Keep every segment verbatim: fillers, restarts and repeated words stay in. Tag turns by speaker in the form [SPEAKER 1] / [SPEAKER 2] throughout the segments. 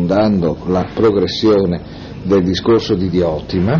[SPEAKER 1] assecondando la progressione del discorso di Diotima,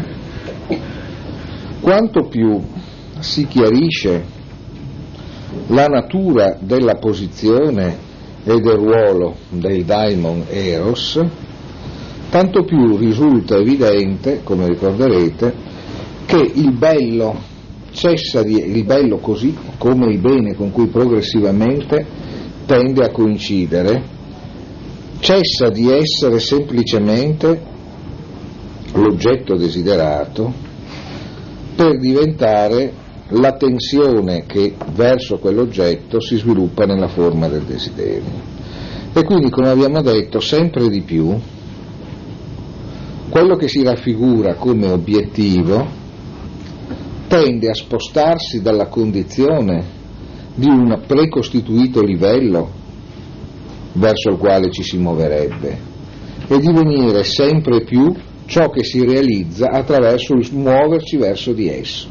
[SPEAKER 1] quanto più si chiarisce la natura della posizione e del ruolo del daimon Eros, tanto più risulta evidente, come ricorderete, che il bello cessa di, il bello così come il bene con cui progressivamente tende a coincidere, cessa di essere semplicemente l'oggetto desiderato per diventare la tensione che verso quell'oggetto si sviluppa nella forma del desiderio. E quindi, come abbiamo detto, sempre di più quello che si raffigura come obiettivo tende a spostarsi dalla condizione di un precostituito livello verso il quale ci si muoverebbe e divenire sempre più ciò che si realizza attraverso il muoverci verso di esso.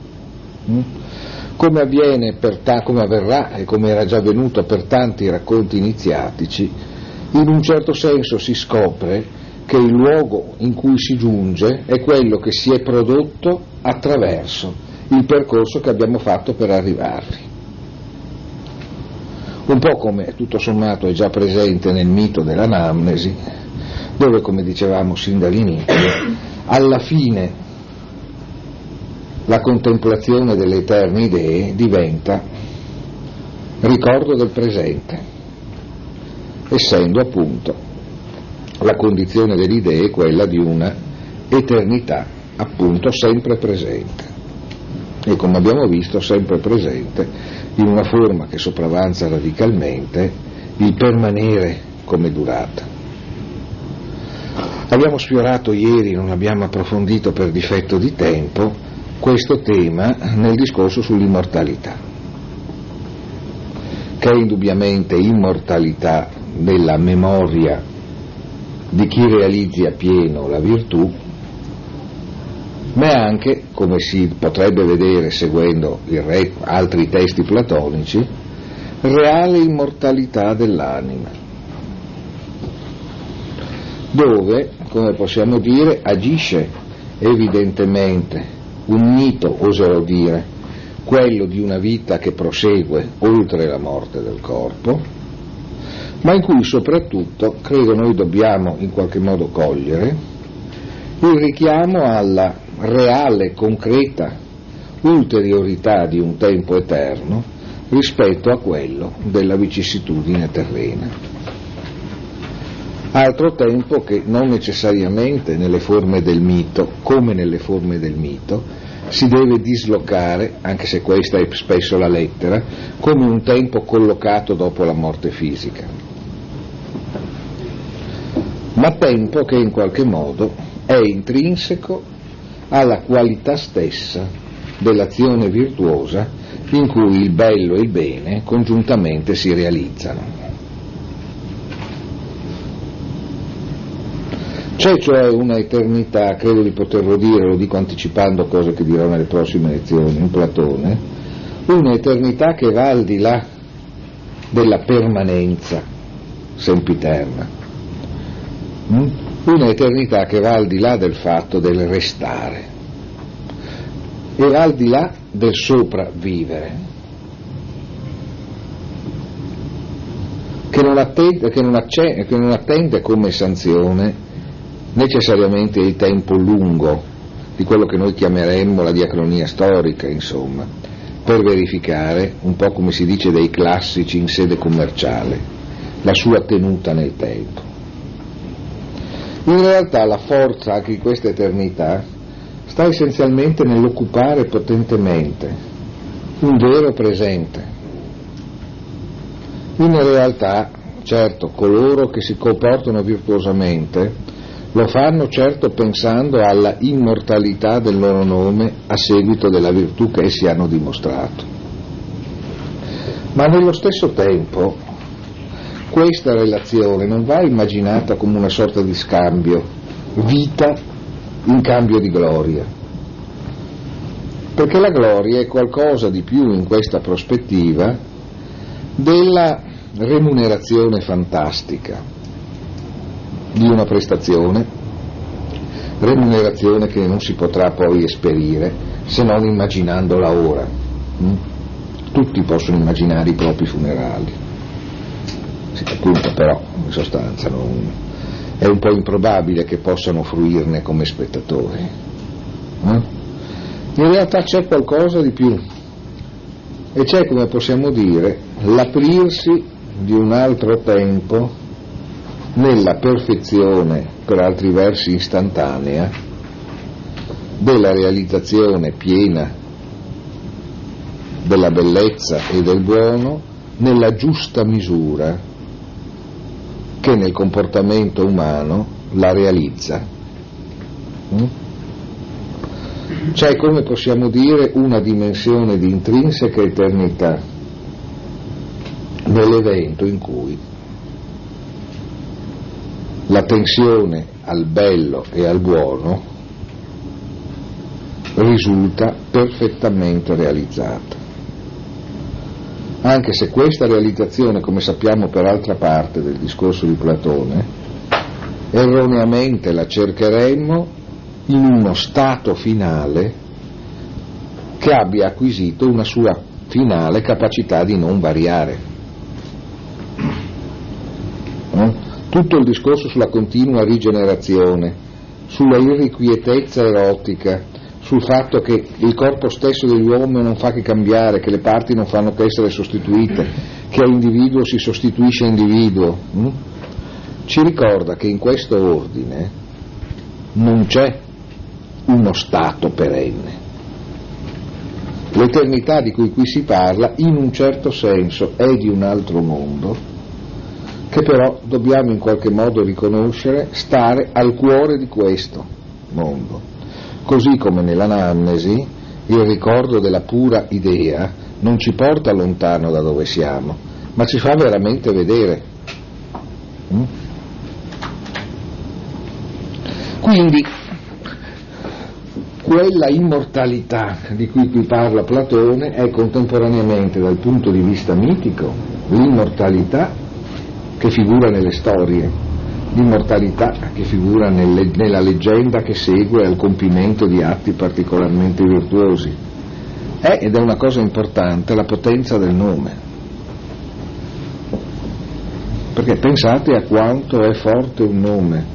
[SPEAKER 1] Come avviene per ta- come avverrà e come era già avvenuto per tanti racconti iniziatici, in un certo senso si scopre che il luogo in cui si giunge è quello che si è prodotto attraverso il percorso che abbiamo fatto per arrivarvi. Un po' come tutto sommato è già presente nel mito dell'anamnesi, dove, come dicevamo sin dall'inizio, alla fine la contemplazione delle eterne idee diventa ricordo del presente, essendo appunto la condizione delle idee quella di una eternità appunto sempre presente, e come abbiamo visto sempre presente in una forma che sopravanza radicalmente il permanere come durata. Abbiamo sfiorato ieri, non abbiamo approfondito per difetto di tempo, questo tema nel discorso sull'immortalità, che è indubbiamente immortalità della memoria di chi realizzi appieno la virtù, ma è anche, come si potrebbe vedere seguendo il re, altri testi platonici, reale immortalità dell'anima, dove, come possiamo dire, agisce evidentemente un mito, oserò dire, quello di una vita che prosegue oltre la morte del corpo, ma in cui soprattutto credo noi dobbiamo in qualche modo cogliere il richiamo alla reale, concreta ulteriorità di un tempo eterno rispetto a quello della vicissitudine terrena. Altro tempo che non necessariamente nelle forme del mito, come nelle forme del mito, si deve dislocare, anche se questa è spesso la lettera, come un tempo collocato dopo la morte fisica, ma tempo che in qualche modo è intrinseco alla qualità stessa dell'azione virtuosa in cui il bello e il bene congiuntamente si realizzano. C'è cioè una eternità, credo di poterlo dire, lo dico anticipando cose che dirò nelle prossime lezioni, in Platone, una eternità che va al di là della permanenza sempiterna, una eternità che va al di là del fatto del restare e va al di là del sopravvivere, che non attende, che non accende, che non attende come sanzione necessariamente il tempo lungo di quello che noi chiameremmo la diacronia storica, insomma, per verificare, un po' come si dice dei classici in sede commerciale, la sua tenuta nel tempo. In realtà la forza anche di questa eternità sta essenzialmente nell'occupare potentemente un vero presente. In realtà, certo, coloro che si comportano virtuosamente lo fanno certo pensando alla immortalità del loro nome a seguito della virtù che essi hanno dimostrato. Ma nello stesso tempo questa relazione non va immaginata come una sorta di scambio, vita in cambio di gloria, perché la gloria è qualcosa di più in questa prospettiva della remunerazione fantastica, di una prestazione, remunerazione che non si potrà poi esperire se non immaginandola ora. Mm? Tutti possono immaginare i propri funerali, sì, appunto, però in sostanza non, è un po' improbabile che possano fruirne come spettatori. Mm? In realtà c'è qualcosa di più, e c'è, come possiamo dire, l'aprirsi di un altro tempo nella perfezione, per altri versi istantanea, della realizzazione piena della bellezza e del buono nella giusta misura che nel comportamento umano la realizza. C'è, come possiamo dire, una dimensione di intrinseca eternità nell'evento in cui la tensione al bello e al buono risulta perfettamente realizzata. Anche se questa realizzazione, come sappiamo per altra parte del discorso di Platone, erroneamente la cercheremmo in uno stato finale che abbia acquisito una sua finale capacità di non variare. No? Tutto il discorso sulla continua rigenerazione, sulla irrequietezza erotica, sul fatto che il corpo stesso dell'uomo non fa che cambiare, che le parti non fanno che essere sostituite, che all'individuo si sostituisce a individuo, hm? ci ricorda che in questo ordine non c'è uno stato perenne. L'eternità di cui qui si parla, in un certo senso, è di un altro mondo, che però dobbiamo in qualche modo riconoscere stare al cuore di questo mondo. Così come nell'anamnesi il ricordo della pura idea non ci porta lontano da dove siamo, ma ci fa veramente vedere. Mm? Quindi quella immortalità di cui qui parla Platone è contemporaneamente, dal punto di vista mitico, l'immortalità che figura nelle storie, l'immortalità che figura nelle, nella leggenda che segue al compimento di atti particolarmente virtuosi. È, ed è una cosa importante, la potenza del nome. Perché pensate a quanto è forte un nome.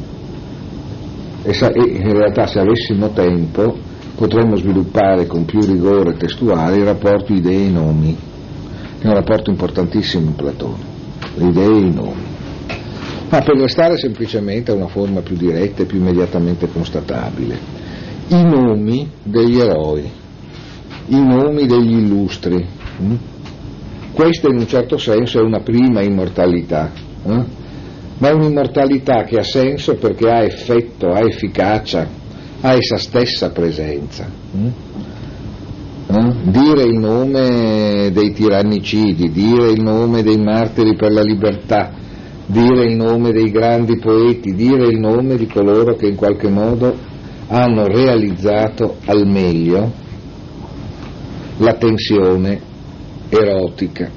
[SPEAKER 1] E, sa, e in realtà, se avessimo tempo, potremmo sviluppare con più rigore testuale il rapporto idee-nomi, che è un rapporto importantissimo in Platone, le idee e i nomi. Ma per restare semplicemente a una forma più diretta e più immediatamente constatabile, i nomi degli eroi, i nomi degli illustri, hm? Questa in un certo senso è una prima immortalità, eh? Ma è un'immortalità che ha senso perché ha effetto, ha efficacia, ha essa stessa presenza. Mm? Eh? Dire il nome dei tirannicidi, dire il nome dei martiri per la libertà, dire il nome dei grandi poeti, dire il nome di coloro che in qualche modo hanno realizzato al meglio la tensione erotica,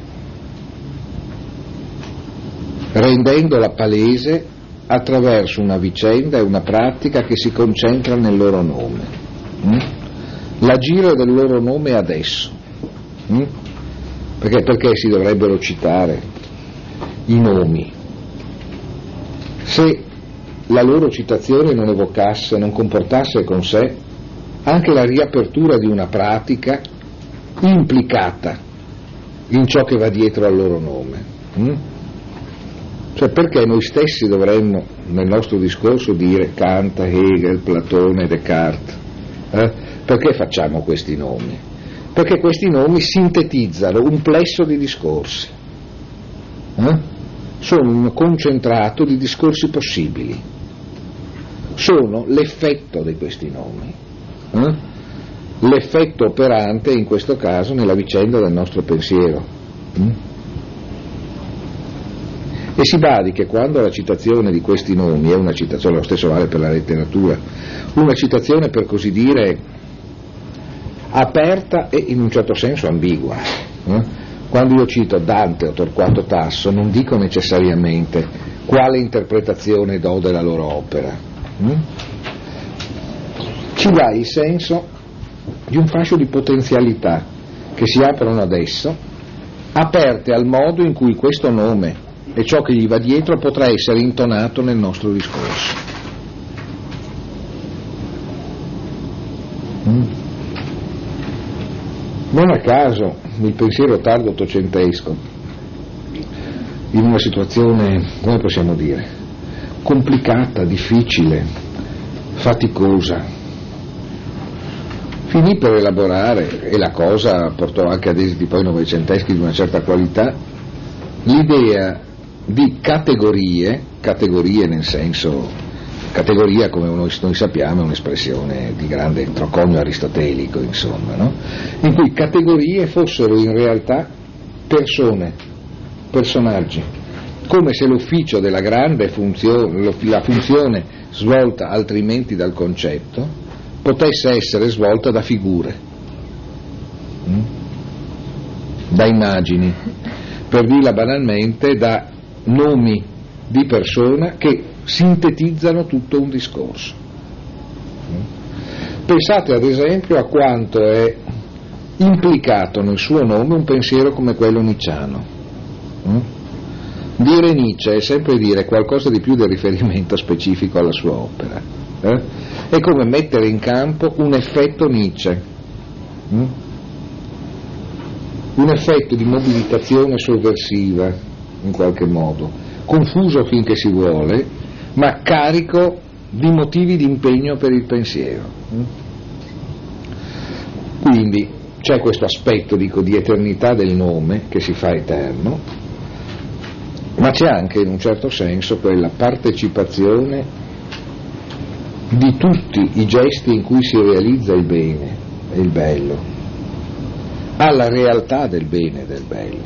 [SPEAKER 1] rendendola palese attraverso una vicenda e una pratica che si concentra nel loro nome. Mm? L'agire del loro nome adesso. Mm? Perché, perché si dovrebbero citare i nomi? Se la loro citazione non evocasse, non comportasse con sé anche la riapertura di una pratica implicata in ciò che va dietro al loro nome. Mm? Cioè, perché noi stessi dovremmo nel nostro discorso dire Kant, Hegel, Platone, Descartes? Eh? Perché facciamo questi nomi? Perché questi nomi sintetizzano un plesso di discorsi, eh? Sono un concentrato di discorsi possibili, sono l'effetto di questi nomi, eh? L'effetto operante in questo caso nella vicenda del nostro pensiero. Mm? E si badi che quando la citazione di questi nomi è una citazione, lo stesso vale per la letteratura, una citazione per così dire aperta e in un certo senso ambigua. Eh? Quando io cito Dante o Torquato Tasso non dico necessariamente quale interpretazione do della loro opera? Mm? Ci dà il senso di un fascio di potenzialità che si aprono ad esso, aperte al modo in cui questo nome e ciò che gli va dietro potrà essere intonato nel nostro discorso. Mm. Non a caso il pensiero tardo ottocentesco, in una situazione, come possiamo dire, complicata, difficile, faticosa, finì per elaborare, e la cosa portò anche ad esiti poi novecenteschi di una certa qualità, l'idea di categorie, categorie nel senso, categoria come noi, noi sappiamo è un'espressione di grande troconio aristotelico, insomma, no? In cui categorie fossero in realtà persone, personaggi, come se l'ufficio della grande funzione, la funzione svolta altrimenti dal concetto, potesse essere svolta da figure, da immagini, per dirla banalmente, da nomi di persona che sintetizzano tutto un discorso. Pensate ad esempio a quanto è implicato nel suo nome un pensiero come quello nicciano. Dire Nietzsche è sempre dire qualcosa di più del riferimento specifico alla sua opera. Eh? È come mettere in campo un effetto Nietzsche, un effetto di mobilitazione sovversiva in qualche modo, confuso finché si vuole, ma carico di motivi di impegno per il pensiero. Quindi c'è questo aspetto, dico, di eternità del nome che si fa eterno, ma c'è anche in un certo senso quella partecipazione di tutti i gesti in cui si realizza il bene e il bello alla realtà del bene e del bello,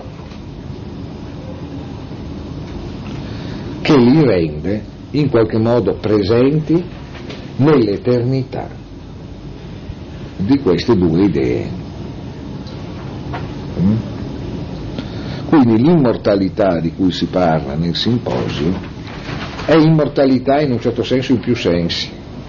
[SPEAKER 1] che li rende in qualche modo presenti nell'eternità di queste due idee. Quindi l'immortalità di cui si parla nel simposio è immortalità in un certo senso in più sensi.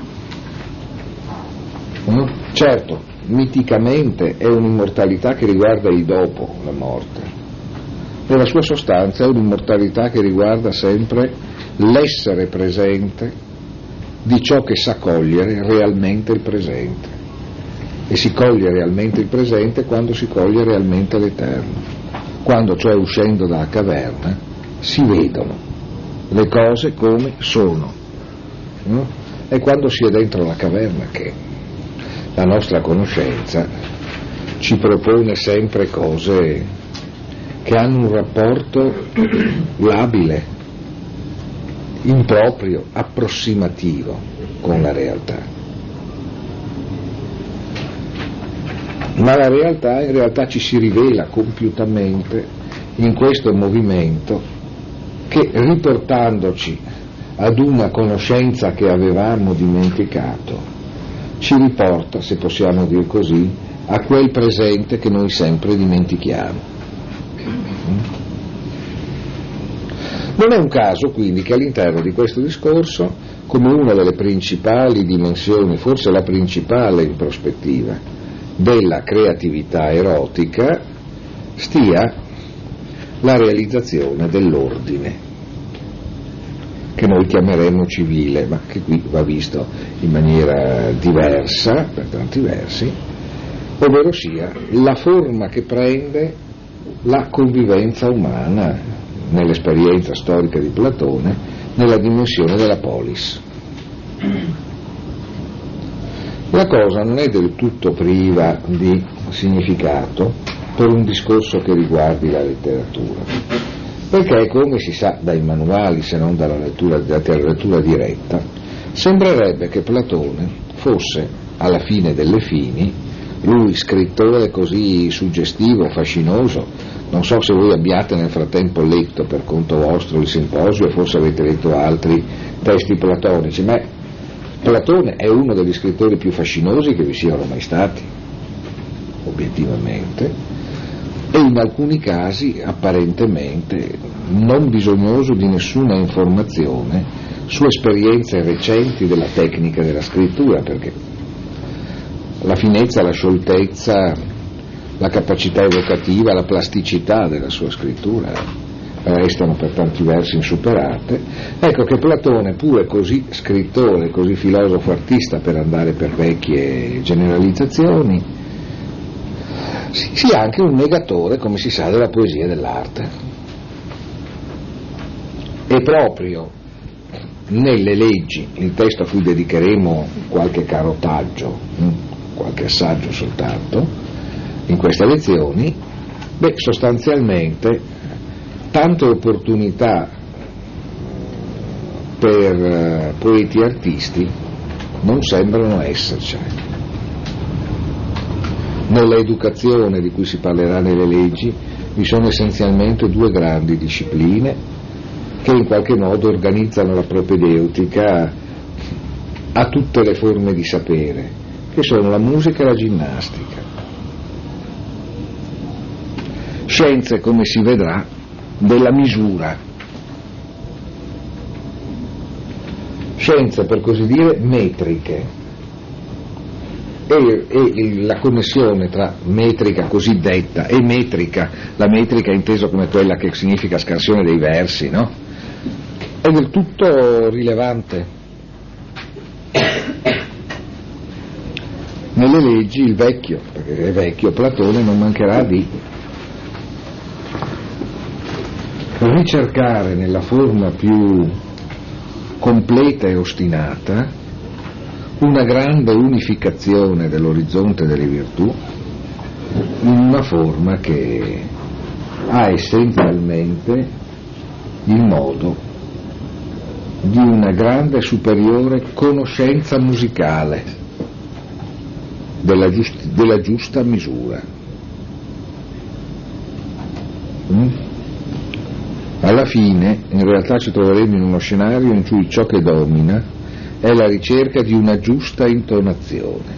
[SPEAKER 1] Certo, miticamente è un'immortalità che riguarda il dopo la morte, nella sua sostanza è un'immortalità che riguarda sempre l'essere presente di ciò che sa cogliere realmente il presente, e si coglie realmente il presente quando si coglie realmente l'eterno, quando cioè uscendo dalla caverna si vedono le cose come sono, no? È quando si è dentro la caverna che la nostra conoscenza ci propone sempre cose che hanno un rapporto labile, improprio, approssimativo con la realtà. Ma la realtà in realtà ci si rivela compiutamente in questo movimento che, riportandoci ad una conoscenza che avevamo dimenticato, ci riporta, se possiamo dire così, a quel presente che noi sempre dimentichiamo. Non è un caso quindi che all'interno di questo discorso, come una delle principali dimensioni, forse la principale in prospettiva, della creatività erotica, stia la realizzazione dell'ordine, che noi chiameremmo civile, ma che qui va visto in maniera diversa, per tanti versi, ovvero sia la forma che prende la convivenza umana nell'esperienza storica di Platone nella dimensione della polis. La cosa non è del tutto priva di significato per un discorso che riguardi la letteratura, perché, come si sa dai manuali, se non dalla lettura, dalla lettura diretta, sembrerebbe che Platone fosse, alla fine delle fini, lui scrittore così suggestivo, fascinoso. Non so se voi abbiate nel frattempo letto per conto vostro il simposio, forse avete letto altri testi platonici, ma Platone è uno degli scrittori più fascinosi che vi siano mai stati, obiettivamente, e in alcuni casi apparentemente non bisognoso di nessuna informazione su esperienze recenti della tecnica della scrittura, perché la finezza, la scioltezza, la capacità evocativa, la plasticità della sua scrittura restano per tanti versi insuperate. Ecco che Platone, pure così scrittore, così filosofo artista, per andare per vecchie generalizzazioni, sia anche un negatore, come si sa, della poesia e dell'arte. E proprio nelle leggi, il testo a cui dedicheremo qualche carotaggio, qualche assaggio soltanto, in queste lezioni, beh, sostanzialmente tante opportunità per poeti e artisti non sembrano esserci. Nell'educazione di cui si parlerà nelle leggi vi sono essenzialmente due grandi discipline che in qualche modo organizzano la propedeutica a tutte le forme di sapere, che sono la musica e la ginnastica. Scienze, come si vedrà, della misura, scienze per così dire metriche, e, e la connessione tra metrica cosiddetta e metrica, la metrica intesa come quella che significa scansione dei versi, no? È del tutto rilevante. Nelle leggi il vecchio, perché è vecchio Platone, non mancherà di ricercare nella forma più completa e ostinata una grande unificazione dell'orizzonte delle virtù in una forma che ha essenzialmente il modo di una grande e superiore conoscenza musicale della, giusti, della giusta misura. Mm? Alla fine, in realtà, ci troveremo in uno scenario in cui ciò che domina è la ricerca di una giusta intonazione.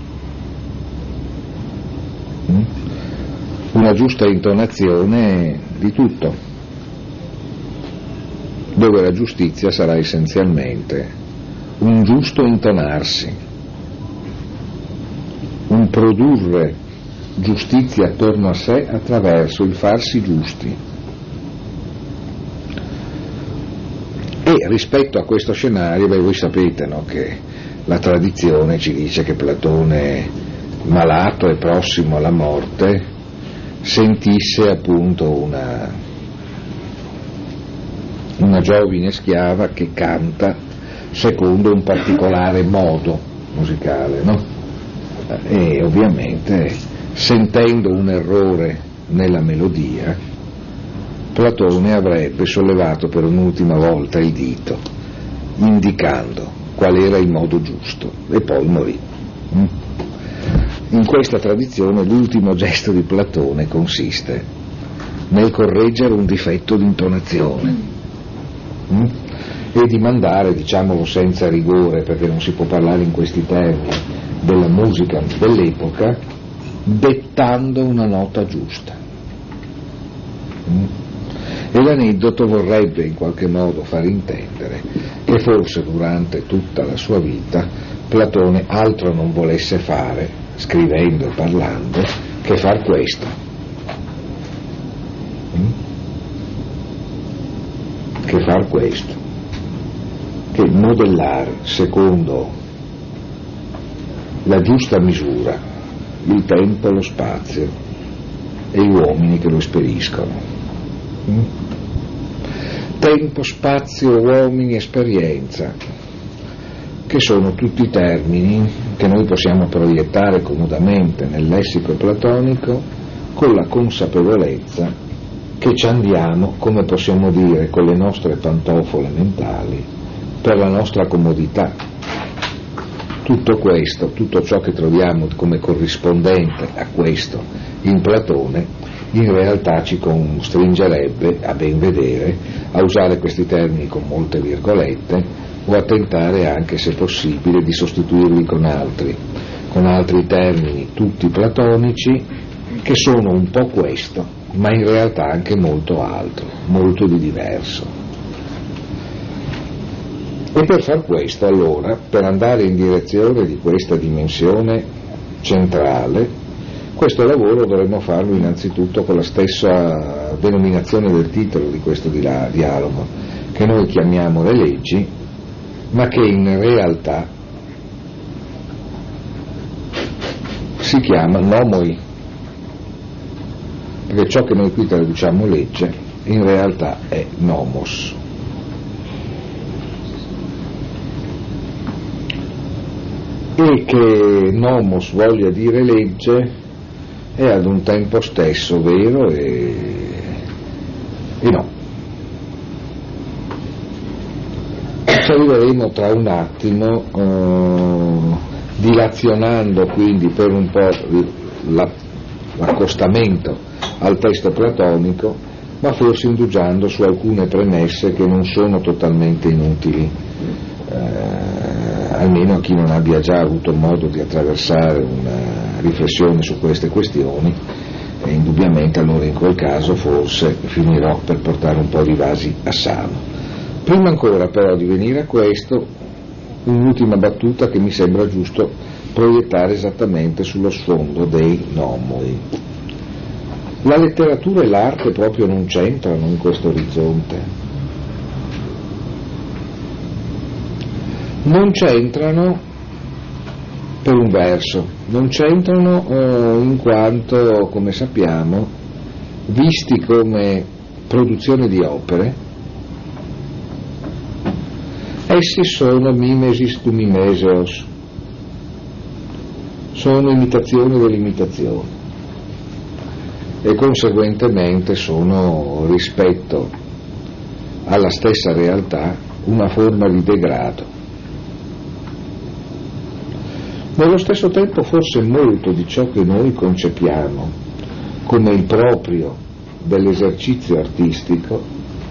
[SPEAKER 1] Mm? Una giusta intonazione di tutto, dove la giustizia sarà essenzialmente un giusto intonarsi, un produrre giustizia attorno a sé attraverso il farsi giusti. E rispetto a questo scenario, beh, voi sapete, no, che la tradizione ci dice che Platone, malato e prossimo alla morte, sentisse appunto una, una giovine schiava che canta secondo un particolare modo musicale, no? E ovviamente, sentendo un errore nella melodia, Platone avrebbe sollevato per un'ultima volta il dito, indicando qual era il modo giusto, e poi morì. In questa tradizione l'ultimo gesto di Platone consiste nel correggere un difetto di intonazione e di mandare, diciamolo senza rigore, perché non si può parlare in questi termini, della musica dell'epoca, dettando una nota giusta. E l'aneddoto vorrebbe in qualche modo far intendere che forse durante tutta la sua vita Platone altro non volesse fare, scrivendo e parlando, che far questo. Che far questo. Che modellare secondo la giusta misura il tempo, lo spazio e gli uomini che lo esperiscono. Tempo, spazio, uomini, esperienza, che sono tutti termini che noi possiamo proiettare comodamente nel lessico platonico con la consapevolezza che ci andiamo, come possiamo dire, con le nostre pantofole mentali per la nostra comodità. Tutto questo, tutto ciò che troviamo come corrispondente a questo in Platone, in realtà ci costringerebbe, a ben vedere, a usare questi termini con molte virgolette o a tentare anche, se possibile, di sostituirli con altri, con altri termini tutti platonici, che sono un po' questo, ma in realtà anche molto altro, molto di diverso. E per far questo, allora, per andare in direzione di questa dimensione centrale, questo lavoro dovremmo farlo innanzitutto con la stessa denominazione del titolo di questo dialogo, che noi chiamiamo le leggi, ma che in realtà si chiama nomoi, perché ciò che noi qui traduciamo legge in realtà è nomos. E che nomos voglia dire legge è ad un tempo stesso vero e, e no. Ci arriveremo tra un attimo, eh, dilazionando quindi per un po' la, l'accostamento al testo platonico, ma forse indugiando su alcune premesse che non sono totalmente inutili, eh, almeno a chi non abbia già avuto modo di attraversare una riflessione su queste questioni, e indubbiamente allora in quel caso forse finirò per portare un po' di vasi a sano. Prima ancora però di venire a questo, un'ultima battuta che mi sembra giusto proiettare esattamente sullo sfondo dei nomoi. La letteratura e l'arte proprio non c'entrano in questo orizzonte. Non c'entrano per un verso, non c'entrano eh, in quanto, come sappiamo, visti come produzione di opere, essi sono mimesis tu mimeseos, sono imitazioni dell'imitazione e conseguentemente sono, rispetto alla stessa realtà, una forma di degrado. Nello stesso tempo forse molto di ciò che noi concepiamo come il proprio dell'esercizio artistico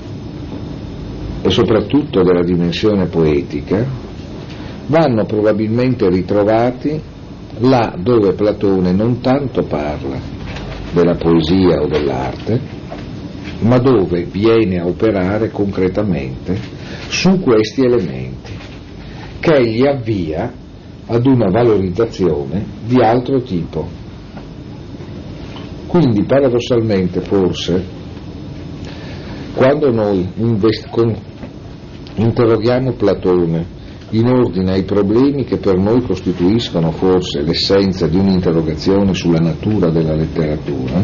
[SPEAKER 1] e soprattutto della dimensione poetica vanno probabilmente ritrovati là dove Platone non tanto parla della poesia o dell'arte, ma dove viene a operare concretamente su questi elementi, che egli avvia ad una valorizzazione di altro tipo. Quindi paradossalmente forse quando noi invest- con, interroghiamo Platone in ordine ai problemi che per noi costituiscono forse l'essenza di un'interrogazione sulla natura della letteratura,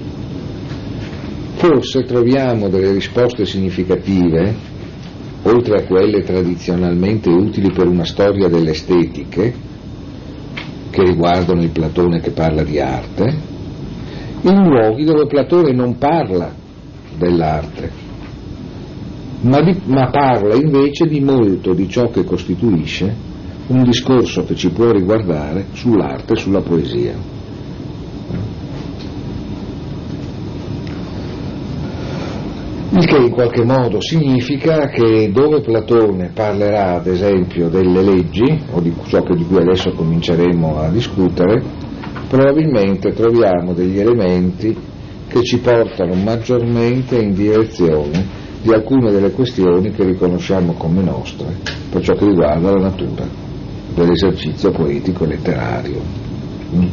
[SPEAKER 1] forse troviamo delle risposte significative, oltre a quelle tradizionalmente utili per una storia delle estetiche, che riguardano il Platone che parla di arte, in luoghi dove Platone non parla dell'arte, ma, di, ma parla invece di molto di ciò che costituisce un discorso che ci può riguardare sull'arte e sulla poesia. Il che in qualche modo significa che dove Platone parlerà ad esempio delle leggi, o di ciò che di cui adesso cominceremo a discutere, probabilmente troviamo degli elementi che ci portano maggiormente in direzione di alcune delle questioni che riconosciamo come nostre per ciò che riguarda la natura dell'esercizio poetico e letterario. Mm.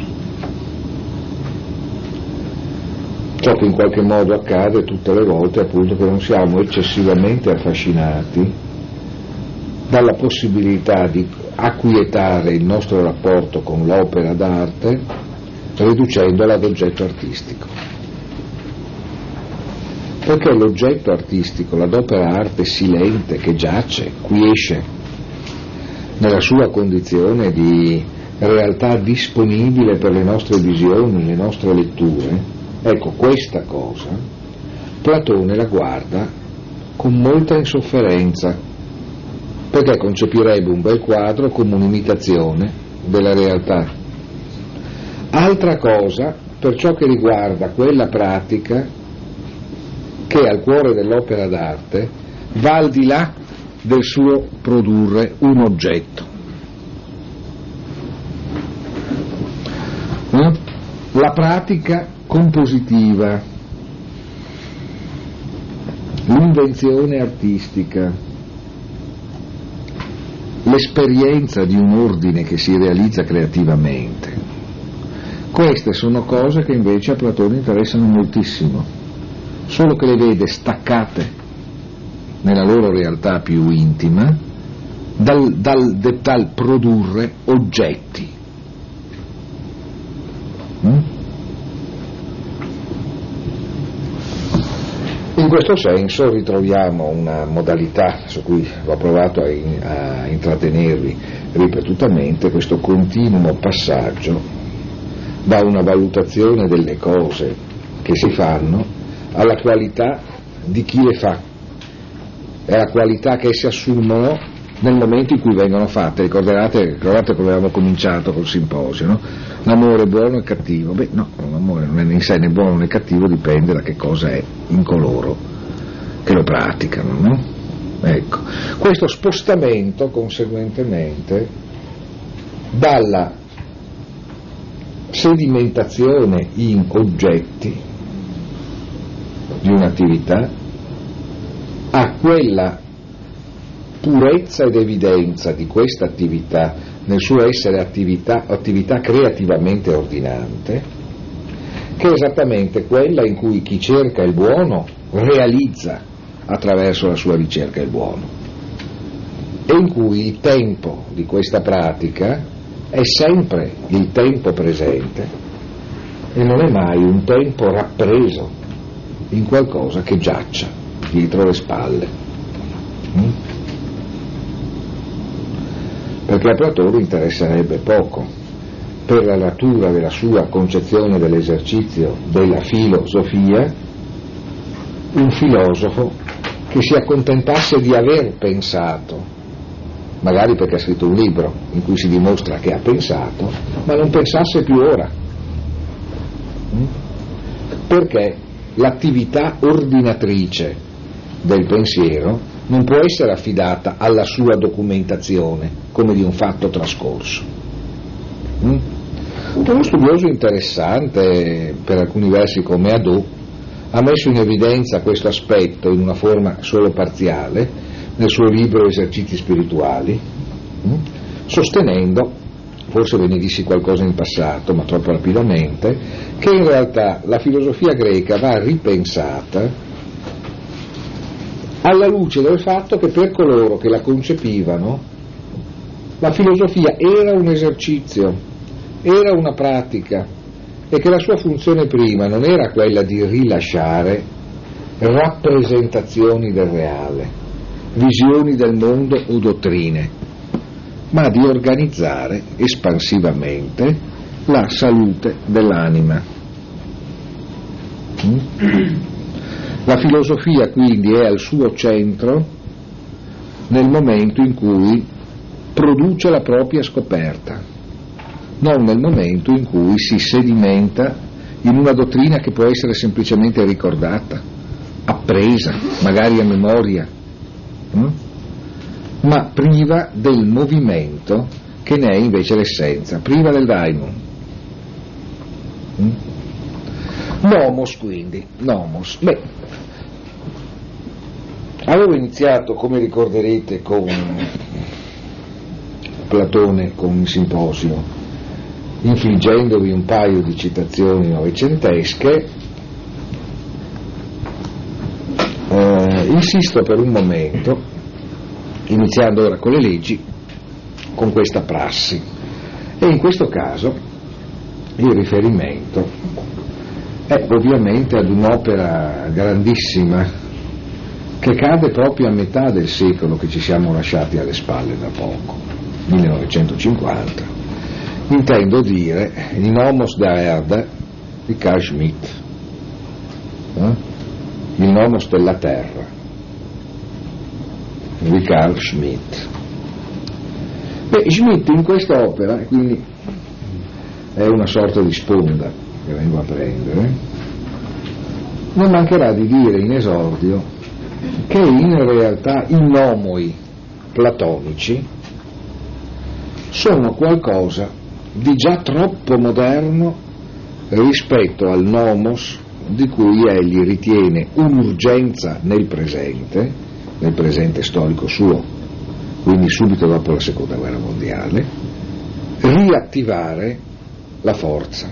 [SPEAKER 1] Ciò che in qualche modo accade tutte le volte appunto che non siamo eccessivamente affascinati dalla possibilità di acquietare il nostro rapporto con l'opera d'arte riducendola ad oggetto artistico. Perché l'oggetto artistico, l'adopera arte silente che giace, quiesce nella sua condizione di realtà disponibile per le nostre visioni, le nostre letture, ecco, questa cosa Platone la guarda con molta insofferenza, perché concepirebbe un bel quadro come un'imitazione della realtà. Altra cosa per ciò che riguarda quella pratica che al cuore dell'opera d'arte va al di là del suo produrre un oggetto. Mm? la pratica compositiva, l'invenzione artistica, l'esperienza di un ordine che si realizza creativamente. Queste sono cose che invece a Platone interessano moltissimo, solo che le vede staccate nella loro realtà più intima dal, dal, dal produrre oggetti. Mm? In questo senso ritroviamo una modalità su cui ho provato a, in, a intrattenervi ripetutamente, questo continuo passaggio da una valutazione delle cose che si fanno alla qualità di chi le fa e alla qualità che esse assumono nel momento in cui vengono fatte. Ricordate, ricordate come avevamo cominciato col simposio, no? L'amore buono e cattivo. Beh no, l'amore non è in sé né buono né cattivo, dipende da che cosa è in coloro che lo praticano, no? Ecco, questo spostamento conseguentemente dalla sedimentazione in oggetti di un'attività a quella purezza ed evidenza di questa attività nel suo essere attività, attività creativamente ordinante, che è esattamente quella in cui chi cerca il buono realizza attraverso la sua ricerca il buono, e in cui il tempo di questa pratica è sempre il tempo presente e non è mai un tempo rappreso in qualcosa che giaccia dietro le spalle. Mm? Perché a Platone interesserebbe poco, per la natura della sua concezione dell'esercizio della filosofia, un filosofo che si accontentasse di aver pensato, magari perché ha scritto un libro in cui si dimostra che ha pensato, ma non pensasse più ora. Perché l'attività ordinatrice del pensiero non può essere affidata alla sua documentazione come di un fatto trascorso. Mm? Uno studioso interessante, per alcuni versi come Hadot, ha messo in evidenza questo aspetto in una forma solo parziale nel suo libro Esercizi spirituali, mm? sostenendo, forse ve ne dissi qualcosa in passato ma troppo rapidamente, che in realtà la filosofia greca va ripensata alla luce del fatto che per coloro che la concepivano la filosofia era un esercizio, era una pratica, e che la sua funzione prima non era quella di rilasciare rappresentazioni del reale, visioni del mondo o dottrine, ma di organizzare espansivamente la salute dell'anima. Mm? La filosofia quindi è al suo centro nel momento in cui produce la propria scoperta, non nel momento in cui si sedimenta in una dottrina che può essere semplicemente ricordata, appresa, magari a memoria, hm? ma priva del movimento che ne è invece l'essenza, priva del daimon. Hm? Nomos quindi, nomos. Beh, avevo iniziato, come ricorderete, con Platone, con il simposio, infliggendovi un paio di citazioni novecentesche. Eh, insisto per un momento, iniziando ora con le leggi, con questa prassi, e in questo caso il riferimento è ovviamente ad un'opera grandissima che cade proprio a metà del secolo che ci siamo lasciati alle spalle da poco, millenovecentocinquanta. Intendo dire il Nomos der Erde di Carl Schmitt, eh? il Nomos della Terra di Carl Schmitt. Beh, Schmitt in quest'opera, e quindi è una sorta di sponda che vengo a prendere, non mancherà di dire in esordio che in realtà i nomoi platonici sono qualcosa di già troppo moderno rispetto al nomos di cui egli ritiene un'urgenza nel presente, nel presente storico suo, quindi subito dopo la seconda guerra mondiale, riattivare la forza.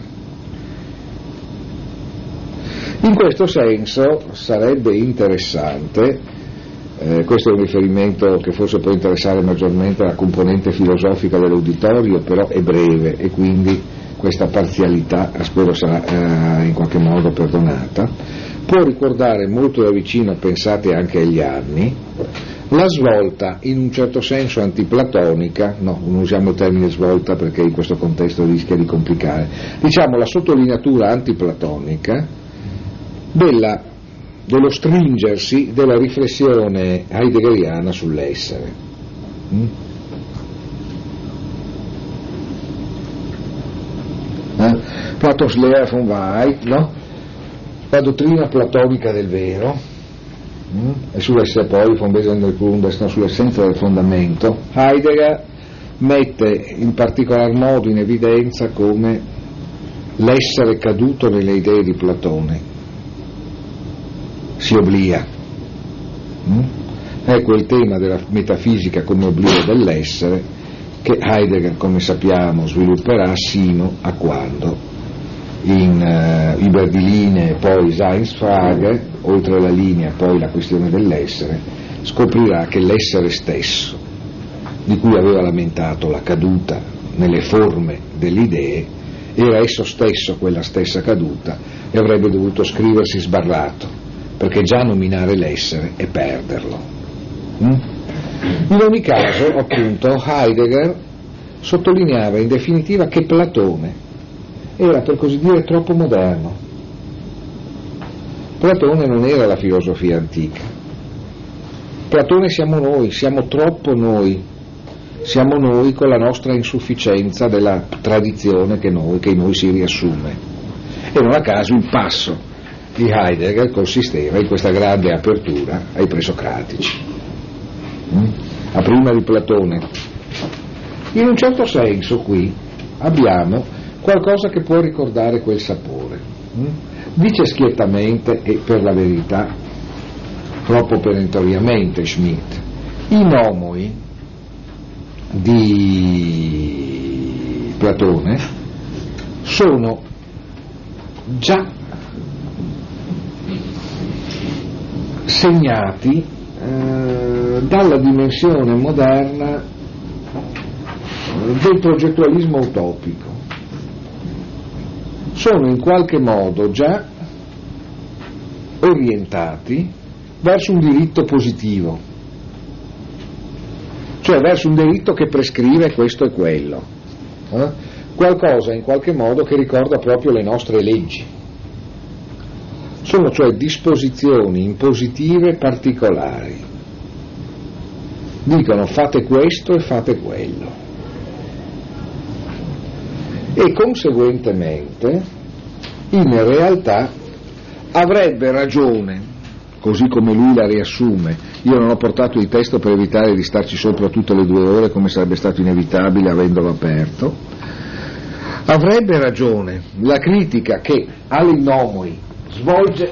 [SPEAKER 1] In questo senso sarebbe interessante, eh, questo è un riferimento che forse può interessare maggiormente la componente filosofica dell'uditorio, però è breve e quindi questa parzialità spero sarà eh, in qualche modo perdonata, può ricordare molto da vicino, pensate anche agli anni, la svolta in un certo senso antiplatonica, no, non usiamo il termine svolta perché in questo contesto rischia di complicare, diciamo la sottolineatura antiplatonica della, dello stringersi della riflessione heideggeriana sull'essere. Mm? Eh? Platons Lehre von Wahrheit, no? La dottrina platonica del vero, mm? e sull'essere poi von Wesen del Grundes, no? Sull'essenza del fondamento. Heidegger mette in particolar modo in evidenza come l'essere caduto nelle idee di Platone si obblia. Mm? Ecco il tema della metafisica come oblio dell'essere, che Heidegger, come sappiamo, svilupperà sino a quando in uh, Über die Linie e poi Seinsfrage, oltre la linea e poi la questione dell'essere, scoprirà che l'essere stesso, di cui aveva lamentato la caduta nelle forme delle idee, era esso stesso quella stessa caduta e avrebbe dovuto scriversi sbarrato, perché già nominare l'essere è perderlo. Mm? In ogni caso, appunto, Heidegger sottolineava in definitiva che Platone era, per così dire, troppo moderno. Platone non era la filosofia antica. Platone siamo noi, siamo troppo noi, siamo noi con la nostra insufficienza della tradizione che, noi, che in noi si riassume. E non a caso il passo di Heidegger consisteva in questa grande apertura ai presocratici. A prima di Platone. In un certo senso qui abbiamo qualcosa che può ricordare quel sapore. Dice schiettamente e per la verità troppo perentoriamente Schmitt: i nomoi di Platone sono già segnati dalla dimensione moderna del progettualismo utopico, sono in qualche modo già orientati verso un diritto positivo, cioè verso un diritto che prescrive questo e quello, eh? qualcosa in qualche modo che ricorda proprio le nostre leggi. Sono cioè disposizioni impositive particolari. Dicono fate questo e fate quello. E conseguentemente, in realtà, avrebbe ragione, così come lui la riassume. Io non ho portato il testo per evitare di starci sopra tutte le due ore, come sarebbe stato inevitabile avendolo aperto. Avrebbe ragione la critica che alle nomoi Svolge,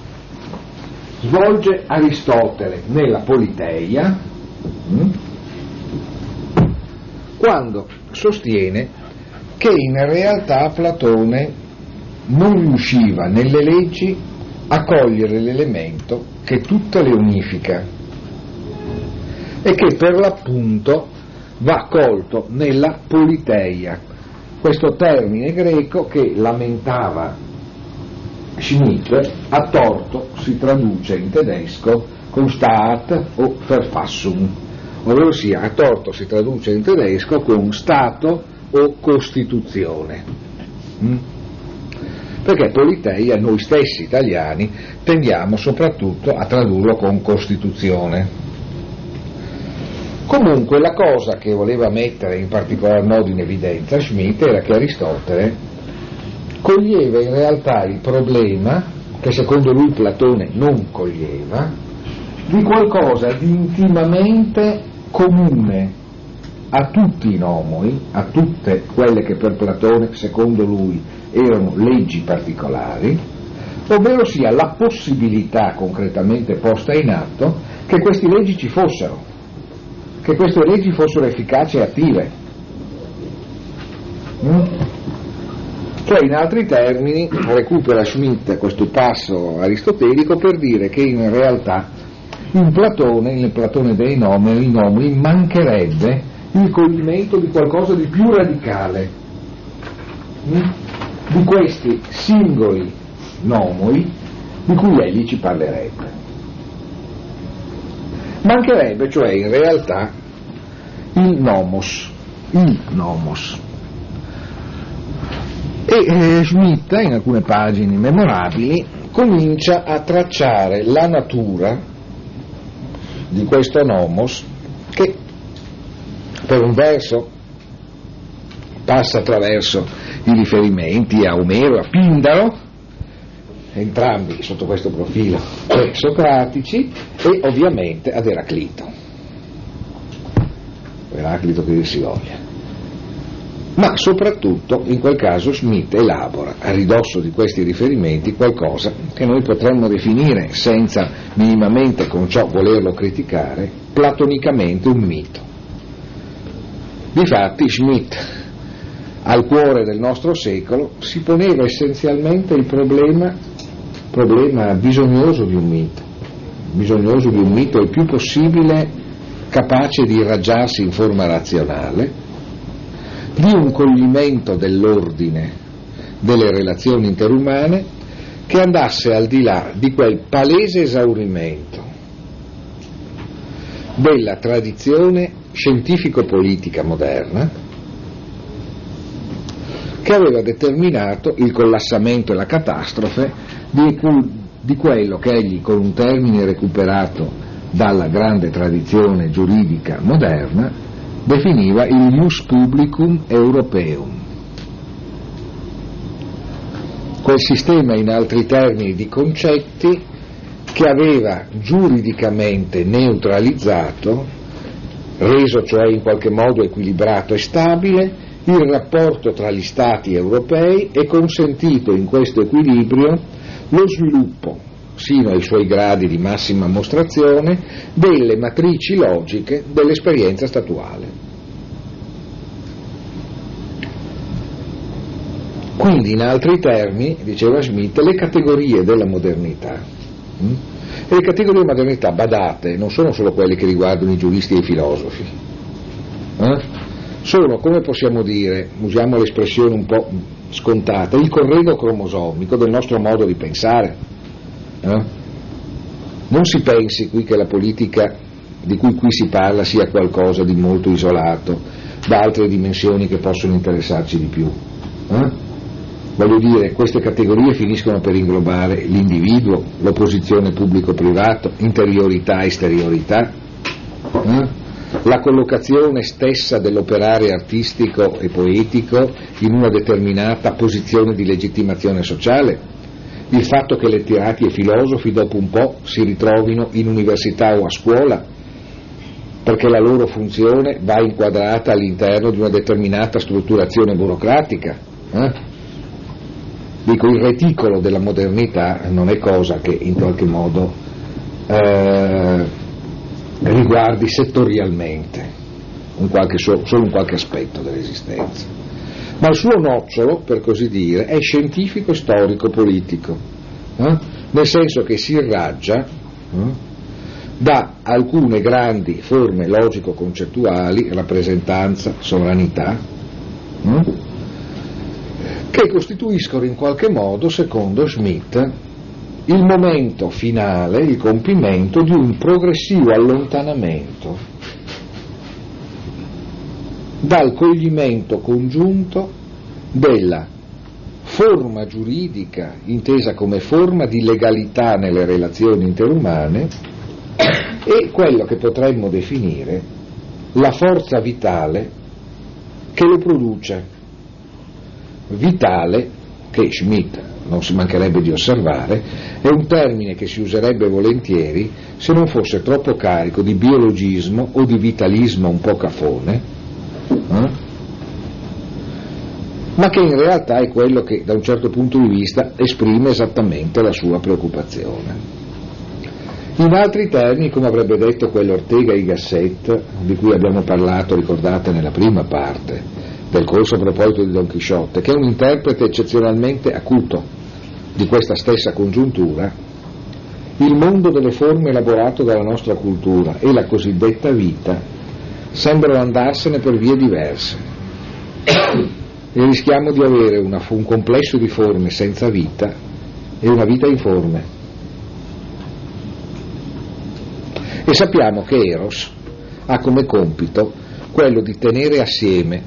[SPEAKER 1] svolge Aristotele nella Politeia, hm? quando sostiene che in realtà Platone non riusciva nelle leggi a cogliere l'elemento che tutte le unifica e che per l'appunto va colto nella Politeia, questo termine greco che lamentava Schmitt, a torto si traduce in tedesco con Staat o Verfassung, ovvero sia a torto si traduce in tedesco con Stato o Costituzione. Mm? Perché Politeia noi stessi italiani tendiamo soprattutto a tradurlo con Costituzione. Comunque la cosa che voleva mettere in particolar modo in evidenza Schmitt era che Aristotele coglieva in realtà il problema, che secondo lui Platone non coglieva, di qualcosa di intimamente comune a tutti i nomoi, a tutte quelle che per Platone, secondo lui, erano leggi particolari, ovvero sia la possibilità concretamente posta in atto che queste leggi ci fossero, che queste leggi fossero efficaci e attive. Mm? Cioè, in altri termini, recupera Schmitt questo passo aristotelico per dire che in realtà in Platone, nel Platone dei nomoi, nomoi mancherebbe il coglimento di qualcosa di più radicale, mm? di questi singoli nomoi di cui egli ci parlerebbe. Mancherebbe, cioè, in realtà il nomos, il nomos. E eh, Schmitt, in alcune pagine memorabili, comincia a tracciare la natura di questo nomos, che per un verso passa attraverso i riferimenti a Omero, a Pindaro, entrambi sotto questo profilo socratici, e ovviamente ad Eraclito, Eraclito che dir si voglia. Ma soprattutto in quel caso Schmitt elabora a ridosso di questi riferimenti qualcosa che noi potremmo definire, senza minimamente con ciò volerlo criticare, platonicamente un mito. Difatti Schmitt, al cuore del nostro secolo, si poneva essenzialmente il problema, problema bisognoso di un mito, bisognoso di un mito il più possibile capace di irraggiarsi in forma razionale, di un coglimento dell'ordine delle relazioni interumane che andasse al di là di quel palese esaurimento della tradizione scientifico-politica moderna che aveva determinato il collassamento e la catastrofe di, di quello che egli, con un termine recuperato dalla grande tradizione giuridica moderna, definiva il ius publicum europeum, quel sistema, in altri termini, di concetti che aveva giuridicamente neutralizzato, reso cioè in qualche modo equilibrato e stabile il rapporto tra gli Stati europei e consentito in questo equilibrio lo sviluppo, sino ai suoi gradi di massima mostrazione, delle matrici logiche dell'esperienza statuale. Quindi, in altri termini, diceva Schmitt, le categorie della modernità, hm? e le categorie della modernità, badate, non sono solo quelle che riguardano i giuristi e i filosofi, eh? sono, come possiamo dire, usiamo l'espressione un po' scontata, il corredo cromosomico del nostro modo di pensare. Eh? Non si pensi qui che la politica di cui qui si parla sia qualcosa di molto isolato da altre dimensioni che possono interessarci di più. Eh? Voglio dire, queste categorie finiscono per inglobare l'individuo, l'opposizione pubblico-privato, interiorità, esteriorità, eh? la collocazione stessa dell'operare artistico e poetico in una determinata posizione di legittimazione sociale, il fatto che letterati e filosofi dopo un po' si ritrovino in università o a scuola perché la loro funzione va inquadrata all'interno di una determinata strutturazione burocratica. Eh? Dico, il reticolo della modernità non è cosa che in qualche modo eh, riguardi settorialmente un qualche, solo un qualche aspetto dell'esistenza. Ma il suo nocciolo, per così dire, è scientifico, storico, politico, eh? nel senso che si irraggia eh? da alcune grandi forme logico-concettuali, rappresentanza, sovranità, eh? che costituiscono in qualche modo, secondo Schmitt, il momento finale, il compimento di un progressivo allontanamento dal coglimento congiunto della forma giuridica intesa come forma di legalità nelle relazioni interumane e quello che potremmo definire la forza vitale che lo produce, vitale che Schmitt non si mancherebbe di osservare è un termine che si userebbe volentieri se non fosse troppo carico di biologismo o di vitalismo un po' cafone, Eh? ma che in realtà è quello che da un certo punto di vista esprime esattamente la sua preoccupazione. In altri termini, come avrebbe detto quell'Ortega y Gasset di cui abbiamo parlato, ricordate, nella prima parte del corso a proposito di Don Chisciotte, che è un interprete eccezionalmente acuto di questa stessa congiuntura, il mondo delle forme elaborato dalla nostra cultura e la cosiddetta vita sembrano andarsene per vie diverse e rischiamo di avere una, un complesso di forme senza vita e una vita informe. E sappiamo che Eros ha come compito quello di tenere assieme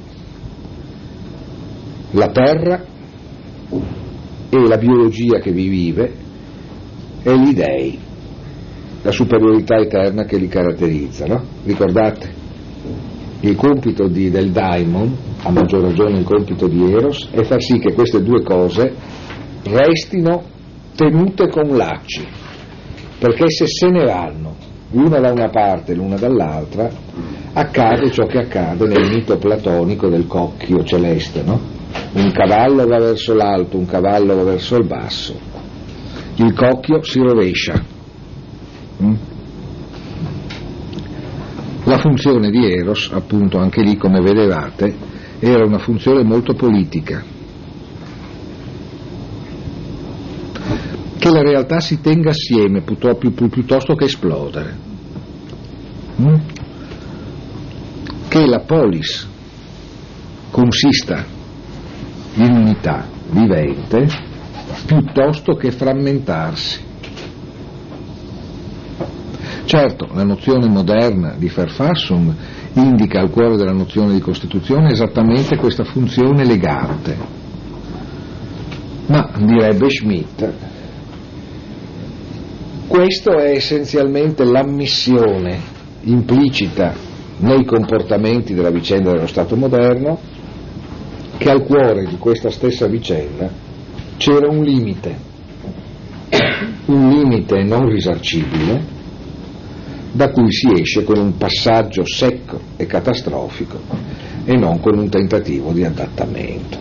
[SPEAKER 1] la terra e la biologia che vi vive e gli dei, la superiorità eterna che li caratterizza, no? Ricordate? Il compito di, del daimon, a maggior ragione il compito di Eros, è far sì che queste due cose restino tenute con lacci, perché se se ne vanno l'una da una parte e l'una dall'altra, accade ciò che accade nel mito platonico del cocchio celeste, no? Un cavallo va verso l'alto, un cavallo va verso il basso, il cocchio si rovescia. Mm? La funzione di Eros, appunto, anche lì, come vedevate, era una funzione molto politica, che la realtà si tenga assieme piuttosto che esplodere, mm? che la polis consista in unità vivente piuttosto che frammentarsi. Certo, la nozione moderna di Verfassung indica al cuore della nozione di Costituzione esattamente questa funzione legante, ma direbbe Schmitt, questo è essenzialmente l'ammissione implicita nei comportamenti della vicenda dello Stato moderno che al cuore di questa stessa vicenda c'era un limite, un limite non risarcibile, da cui si esce con un passaggio secco e catastrofico e non con un tentativo di adattamento.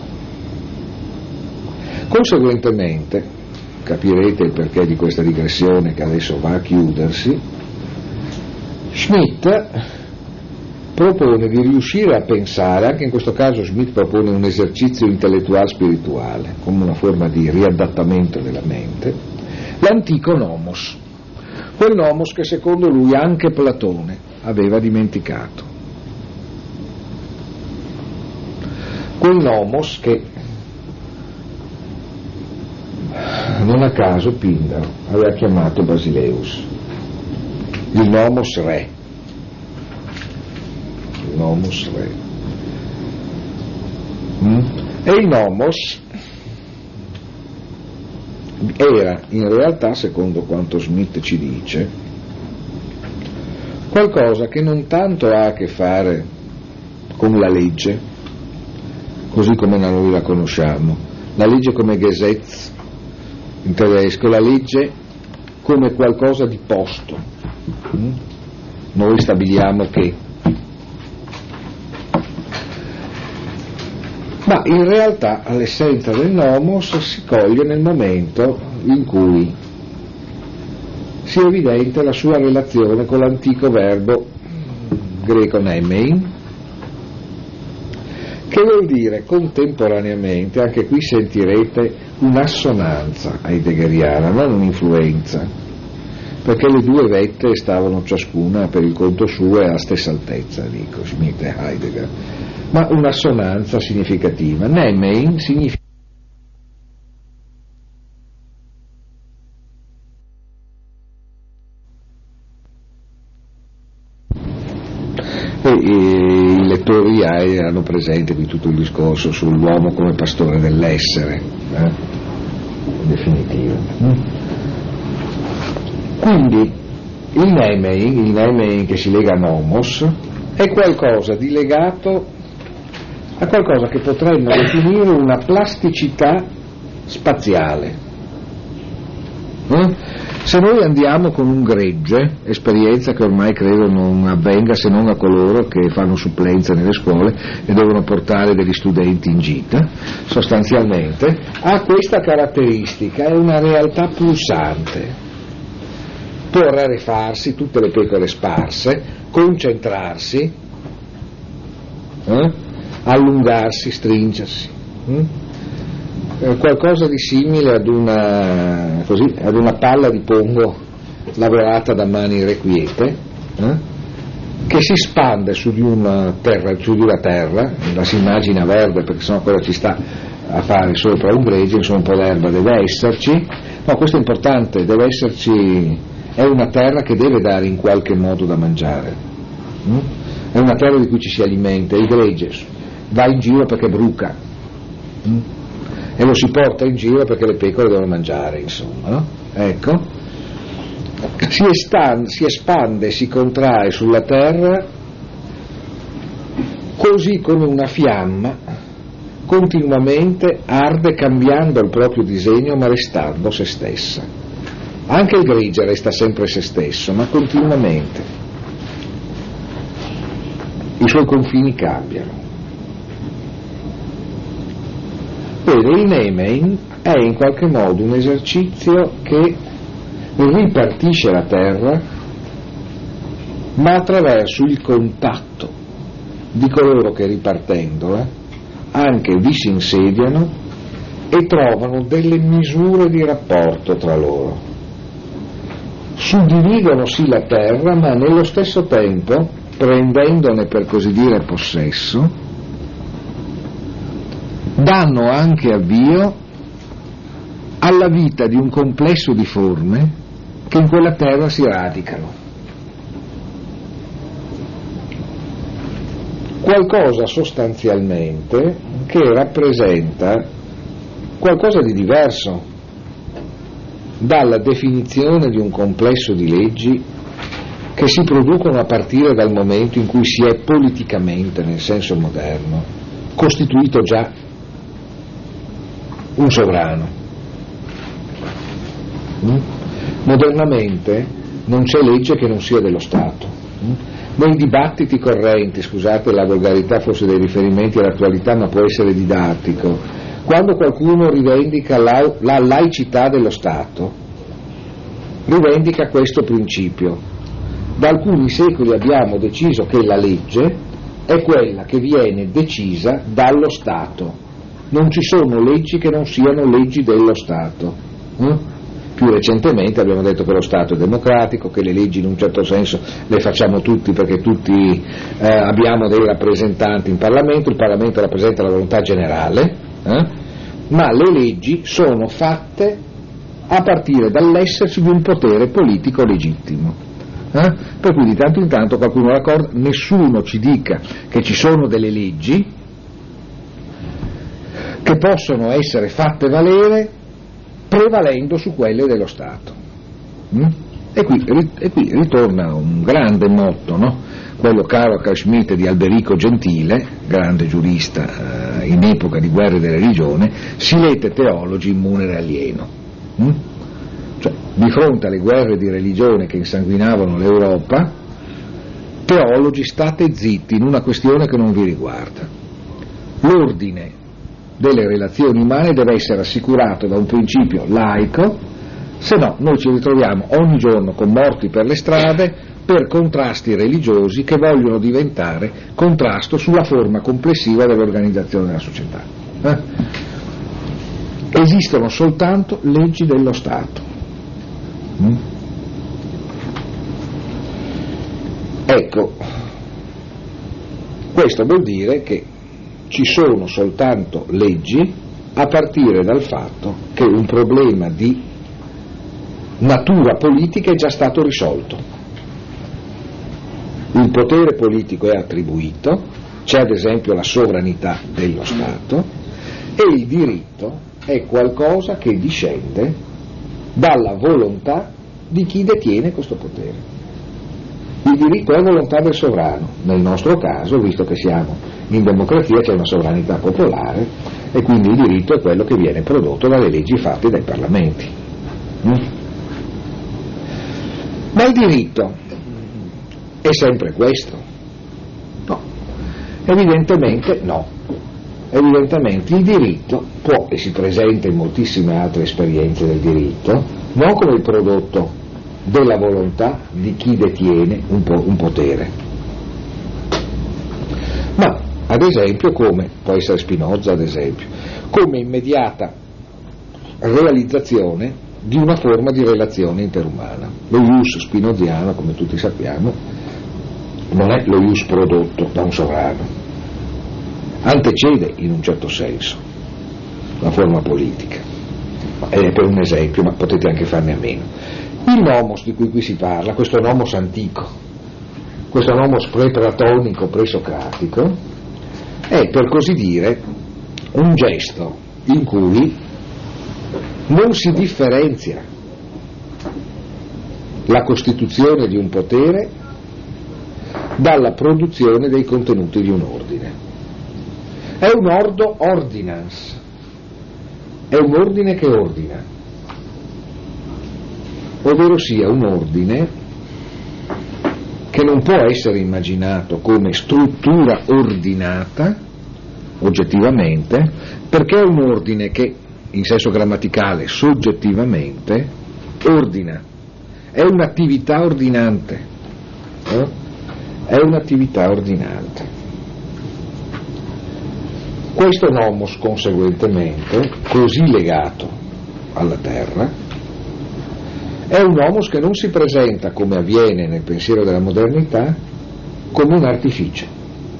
[SPEAKER 1] Conseguentemente, capirete il perché di questa digressione che adesso va a chiudersi, Schmitt propone di riuscire a pensare, anche in questo caso Schmitt propone un esercizio intellettuale spirituale come una forma di riadattamento della mente, l'antico nomos, quel nomos che secondo lui anche Platone aveva dimenticato, quel nomos che non a caso Pindaro aveva chiamato Basileus il nomos re, il nomos re. Mm? E il nomos era in realtà, secondo quanto Schmitt ci dice, qualcosa che non tanto ha a che fare con la legge, così come noi la conosciamo, la legge come Gesetz in tedesco, la legge come qualcosa di posto. Noi stabiliamo che, ma in realtà l'essenza del nomos si coglie nel momento in cui si evidenzia la sua relazione con l'antico verbo greco nemein, che vuol dire contemporaneamente, anche qui sentirete un'assonanza heideggeriana, non un'influenza, perché le due vette stavano ciascuna per il conto suo e alla stessa altezza, dico Schmitt e Heidegger, ma un'assonanza significativa. Nemein significa e, e i lettori erano presenti qui tutto il discorso sull'uomo come pastore dell'essere, eh? In definitiva. Quindi il nemein, il nemein che si lega a nomos, è qualcosa di legato a qualcosa che potremmo definire una plasticità spaziale, eh? Se noi andiamo con un gregge, esperienza che ormai credo non avvenga se non a coloro che fanno supplenza nelle scuole e devono portare degli studenti in gita, sostanzialmente, ha questa caratteristica, è una realtà pulsante. Può rarefarsi tutte le pecore sparse, concentrarsi, eh? allungarsi, stringersi. Hm? Qualcosa di simile ad una, così, ad una palla di pongo lavorata da mani irrequiete, eh? che si spande su di una terra, su di una terra, la si immagina verde perché sennò cosa ci sta a fare sopra un gregge, insomma un po' d'erba deve esserci, no, questo è importante, deve esserci, è una terra che deve dare in qualche modo da mangiare, mm? È una terra di cui ci si alimenta, il gregge va in giro perché bruca, mm? E lo si porta in giro perché le pecore devono mangiare, insomma, no? Ecco, si espande, si espande, si contrae sulla terra così come una fiamma continuamente arde cambiando il proprio disegno ma restando se stessa. Anche il gregge resta sempre se stesso, ma continuamente. I suoi confini cambiano. Bene, il Nemein è in qualche modo un esercizio che ripartisce la terra, ma attraverso il contatto di coloro che ripartendola anche vi si insediano e trovano delle misure di rapporto tra loro. Suddividono sì la terra, ma nello stesso tempo, prendendone per così dire possesso, danno anche avvio alla vita di un complesso di forme che in quella terra si radicano. Qualcosa sostanzialmente che rappresenta qualcosa di diverso dalla definizione di un complesso di leggi che si producono a partire dal momento in cui si è politicamente, nel senso moderno, costituito già un sovrano. Modernamente non c'è legge che non sia dello Stato. Nei dibattiti correnti, scusate la volgarità forse dei riferimenti all'attualità, ma può essere didattico, quando qualcuno rivendica la, la laicità dello Stato, rivendica questo principio. Da alcuni secoli abbiamo deciso che la legge è quella che viene decisa dallo Stato. Non ci sono leggi che non siano leggi dello Stato. Eh? Più recentemente abbiamo detto che lo Stato è democratico, che le leggi in un certo senso le facciamo tutti perché tutti eh, abbiamo dei rappresentanti in Parlamento, il Parlamento rappresenta la volontà generale, eh? Ma le leggi sono fatte a partire dall'esserci di un potere politico legittimo. Eh? Per cui di tanto in tanto qualcuno raccorda, nessuno ci dica che ci sono delle leggi che possono essere fatte valere prevalendo su quelle dello Stato. Mm? E, qui, e qui ritorna un grande motto, no? Quello caro a Carl Schmitt di Alberico Gentile, grande giurista eh, in epoca di guerre della religione, silete teologi immunere alieno. Mm? Cioè, di fronte alle guerre di religione che insanguinavano l'Europa, teologi state zitti in una questione che non vi riguarda. L'ordine delle relazioni umane deve essere assicurato da un principio laico, se no noi ci ritroviamo ogni giorno con morti per le strade per contrasti religiosi che vogliono diventare contrasto sulla forma complessiva dell'organizzazione della società. Eh? Esistono soltanto leggi dello Stato. Mm? Ecco, questo vuol dire che ci sono soltanto leggi a partire dal fatto che un problema di natura politica è già stato risolto. Il potere politico è attribuito, c'è ad esempio la sovranità dello Stato, e il diritto è qualcosa che discende dalla volontà di chi detiene questo potere. Il diritto è volontà del sovrano, nel nostro caso, visto che siamo in democrazia, c'è una sovranità popolare e quindi il diritto è quello che viene prodotto dalle leggi fatte dai parlamenti. Mm? Ma il diritto è sempre questo? No, evidentemente no. Evidentemente il diritto può, e si presenta in moltissime altre esperienze del diritto, non come il prodotto della volontà di chi detiene un, po- un potere, ma ad esempio come, può essere Spinoza ad esempio, come immediata realizzazione di una forma di relazione interumana. Lo ius spinoziano, come tutti sappiamo, non è lo ius prodotto da un sovrano, antecede in un certo senso la forma politica. È per un esempio, ma potete anche farne a meno. Il nomos di cui qui si parla, questo nomos antico, questo nomos pre-platonico, pre-socratico, è per così dire un gesto in cui non si differenzia la costituzione di un potere dalla produzione dei contenuti di un ordine. È un ordo ordinans, è un ordine che ordina, ovvero sia un ordine che non può essere immaginato come struttura ordinata oggettivamente, perché è un ordine che in senso grammaticale soggettivamente ordina, è un'attività ordinante, eh? è un'attività ordinante. Questo nomos conseguentemente, così legato alla terra, è un nomos che non si presenta, come avviene nel pensiero della modernità, come un artificio.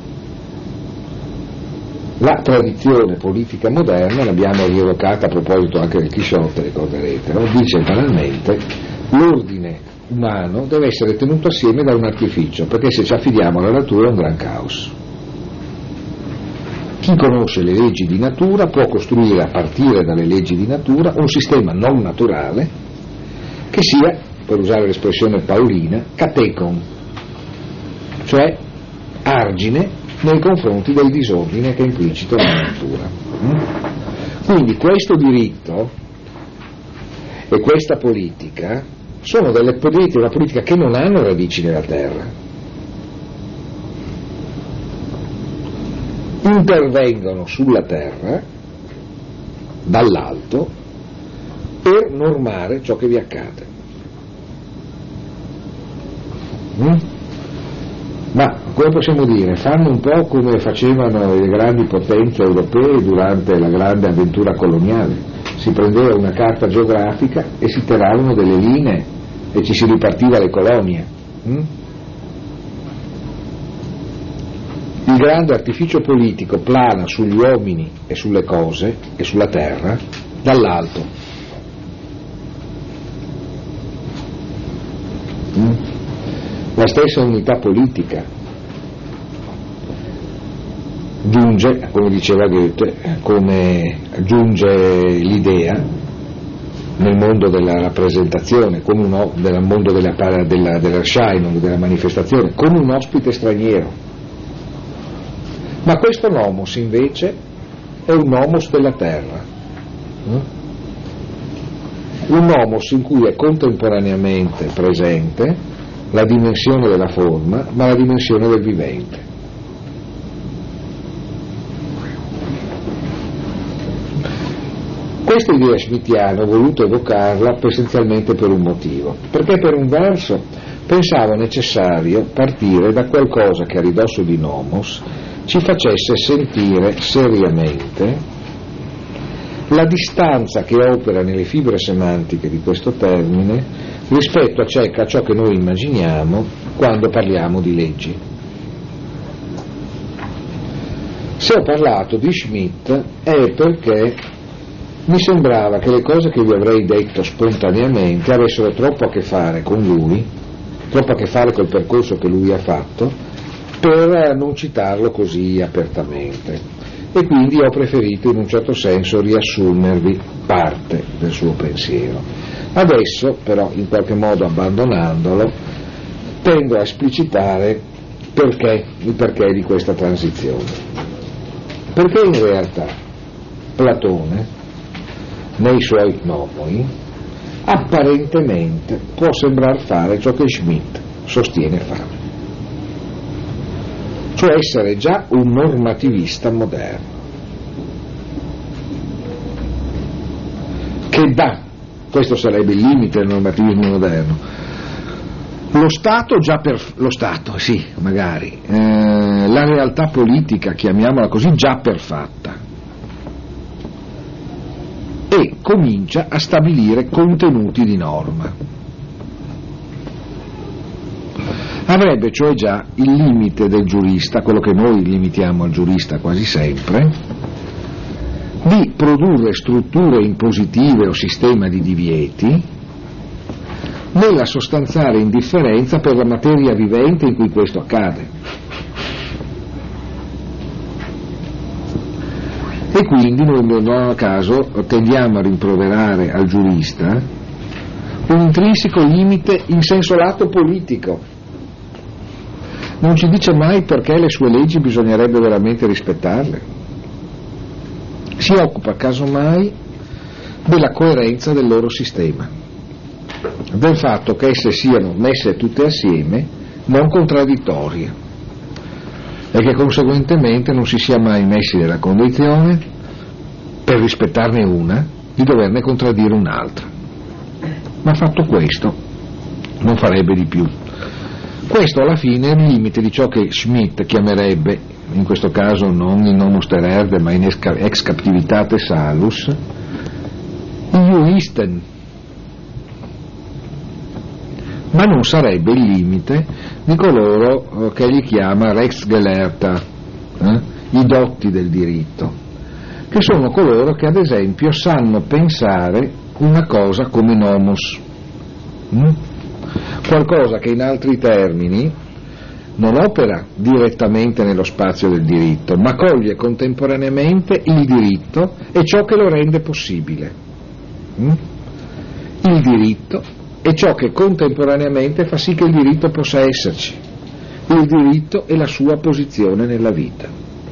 [SPEAKER 1] La tradizione politica moderna, l'abbiamo rievocata a proposito anche del Chisciotte, ricorderete, no? Dice banalmente l'ordine umano deve essere tenuto assieme da un artificio, perché se ci affidiamo alla natura è un gran caos. Chi conosce le leggi di natura può costruire a partire dalle leggi di natura un sistema non naturale che sia, per usare l'espressione paolina, catechon, cioè argine nei confronti del disordine che è implicito nella natura. Quindi questo diritto e questa politica sono delle politiche, una politica che non hanno radici nella terra, intervengono sulla terra dall'alto per normare ciò che vi accade. Mm? Ma come possiamo dire? Fanno un po' come facevano le grandi potenze europee durante la grande avventura coloniale. Si prendeva una carta geografica e si tiravano delle linee e ci si ripartiva le colonie. Mm? Il grande artificio politico plana sugli uomini e sulle cose e sulla terra dall'alto. Mm? La stessa unità politica giunge, come diceva Goethe, come giunge l'idea nel mondo della rappresentazione, come un, nel mondo della, della, dell'Erscheinung, della manifestazione, come un ospite straniero. Ma questo nomos invece è un nomos della terra, un nomos in cui è contemporaneamente presente la dimensione della forma, ma la dimensione del vivente. Questa idea schmittiana ho voluto evocarla essenzialmente per un motivo, perché per un verso pensavo necessario partire da qualcosa che a ridosso di nomos ci facesse sentire seriamente la distanza che opera nelle fibre semantiche di questo termine rispetto a ciò che noi immaginiamo quando parliamo di leggi. Se ho parlato di Schmitt è perché mi sembrava che le cose che vi avrei detto spontaneamente avessero troppo a che fare con lui, troppo a che fare col percorso che lui ha fatto, per non citarlo così apertamente. E quindi ho preferito in un certo senso riassumervi parte del suo pensiero. Adesso però, in qualche modo abbandonandolo, tendo a esplicitare perché, il perché di questa transizione. Perché in realtà Platone, nei suoi nomoi, apparentemente può sembrare fare ciò che Schmitt sostiene fare, cioè essere già un normativista moderno, che dà, questo sarebbe il limite del normativismo moderno, lo Stato già per lo Stato, sì, magari, eh, la realtà politica, chiamiamola così, già perfetta, e comincia a stabilire contenuti di norma. Avrebbe cioè già il limite del giurista, quello che noi limitiamo al giurista quasi sempre, di produrre strutture impositive o sistema di divieti nella sostanziale indifferenza per la materia vivente in cui questo accade. E quindi noi non a caso tendiamo a rimproverare al giurista un intrinseco limite in senso lato politico. Non ci dice mai perché le sue leggi bisognerebbe veramente rispettarle. Si occupa casomai della coerenza del loro sistema, del fatto che esse siano messe tutte assieme, non contraddittorie, e che conseguentemente non si sia mai messi nella condizione, per rispettarne una, di doverne contraddire un'altra. Ma fatto questo, non farebbe di più. Questo alla fine è il limite di ciò che Schmitt chiamerebbe, in questo caso non in nomus tererde ma in ex captivitate salus, Juristen, ma non sarebbe il limite di coloro che egli chiama Rechtsgelehrter, eh? i dotti del diritto, che sono coloro che ad esempio sanno pensare una cosa come nomos, hm? qualcosa che in altri termini non opera direttamente nello spazio del diritto, ma coglie contemporaneamente il diritto e ciò che lo rende possibile. hm? Il diritto è ciò che contemporaneamente fa sì che il diritto possa esserci, il diritto è la sua posizione nella vita,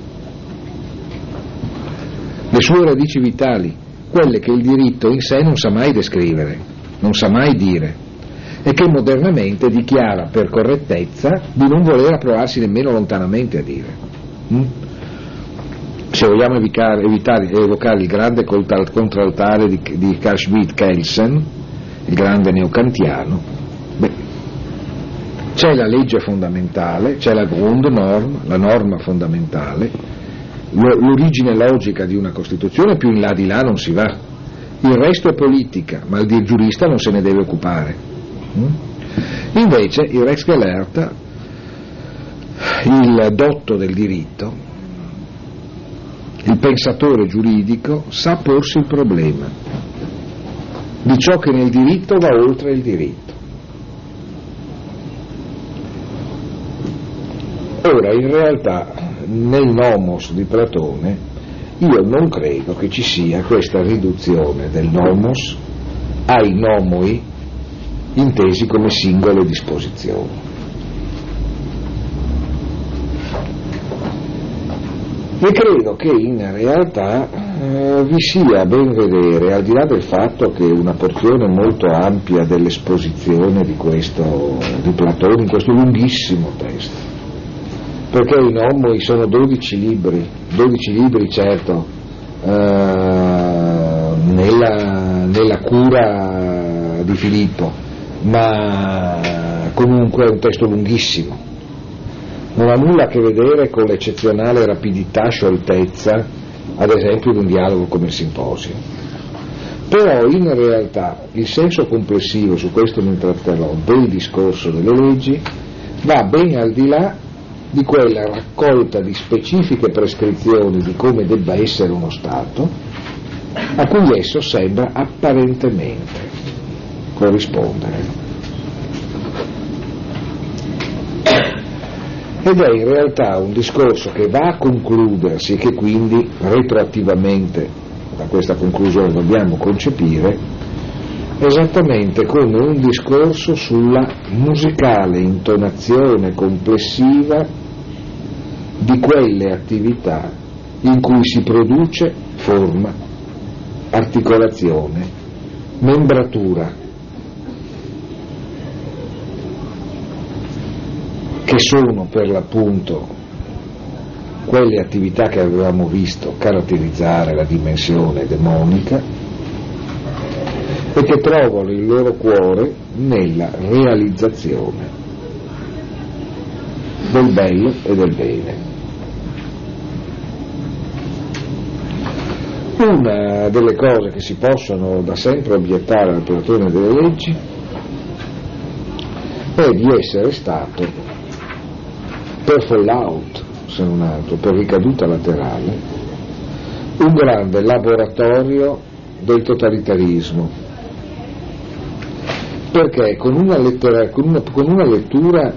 [SPEAKER 1] le sue radici vitali, quelle che il diritto in sé non sa mai descrivere, non sa mai dire, e che modernamente dichiara per correttezza di non voler approvarsi nemmeno lontanamente a dire. Mm? Se vogliamo evitare, evitare, evocare il grande contraltare di, di Carl Schmitt Kelsen, il grande neocantiano, beh, c'è la legge fondamentale, c'è la Grundnorm, la norma fondamentale, l'origine logica di una Costituzione, più in là di là non si va, il resto è politica, ma il giurista non se ne deve occupare. Invece il Rechtsgelehrter, il dotto del diritto, il pensatore giuridico, sa porsi il problema di ciò che nel diritto va oltre il diritto. Ora, in realtà, nel nomos di Platone, io non credo che ci sia questa riduzione del nomos ai nomoi intesi come singole disposizioni. E credo che in realtà eh, vi sia a ben vedere, al di là del fatto che una porzione molto ampia dell'esposizione di questo di Platone in questo lunghissimo testo, perché i nomoi sono dodici libri, dodici libri certo, eh, nella, nella cura di Filippo, ma comunque è un testo lunghissimo, non ha nulla a che vedere con l'eccezionale rapidità, scioltezza, ad esempio di un dialogo come il Simposio. Però in realtà il senso complessivo, su questo mi tratterò, del discorso delle leggi va ben al di là di quella raccolta di specifiche prescrizioni di come debba essere uno Stato a cui esso sembra apparentemente corrispondere. Ed è in realtà un discorso che va a concludersi e che quindi retroattivamente da questa conclusione dobbiamo concepire esattamente come un discorso sulla musicale intonazione complessiva di quelle attività in cui si produce forma, articolazione, membratura che sono per l'appunto quelle attività che avevamo visto caratterizzare la dimensione demonica e che trovano il loro cuore nella realizzazione del bello e del bene. Una delle cose che si possono da sempre obiettare al Platone delle leggi è di essere stato, per fallout se non altro, per ricaduta laterale, un grande laboratorio del totalitarismo, perché con una, lettera, con una, con una lettura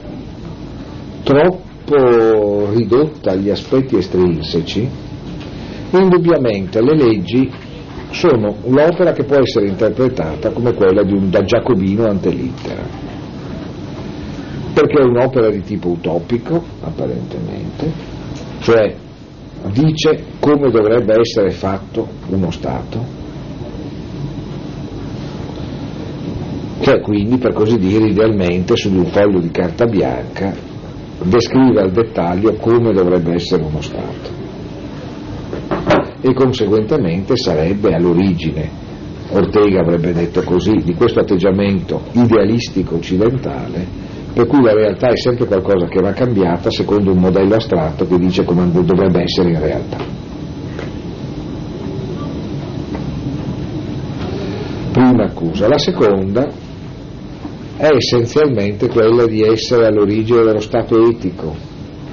[SPEAKER 1] troppo ridotta agli aspetti estrinseci, indubbiamente le leggi sono l'opera che può essere interpretata come quella di un da giacobino ante littera, perché è un'opera di tipo utopico apparentemente, cioè dice come dovrebbe essere fatto uno Stato, cioè quindi, per così dire, idealmente su di un foglio di carta bianca descrive al dettaglio come dovrebbe essere uno Stato e conseguentemente sarebbe all'origine, Ortega avrebbe detto così, di questo atteggiamento idealistico occidentale per cui la realtà è sempre qualcosa che va cambiata secondo un modello astratto che dice come dovrebbe essere in realtà. Prima accusa. La seconda è essenzialmente quella di essere all'origine dello Stato etico,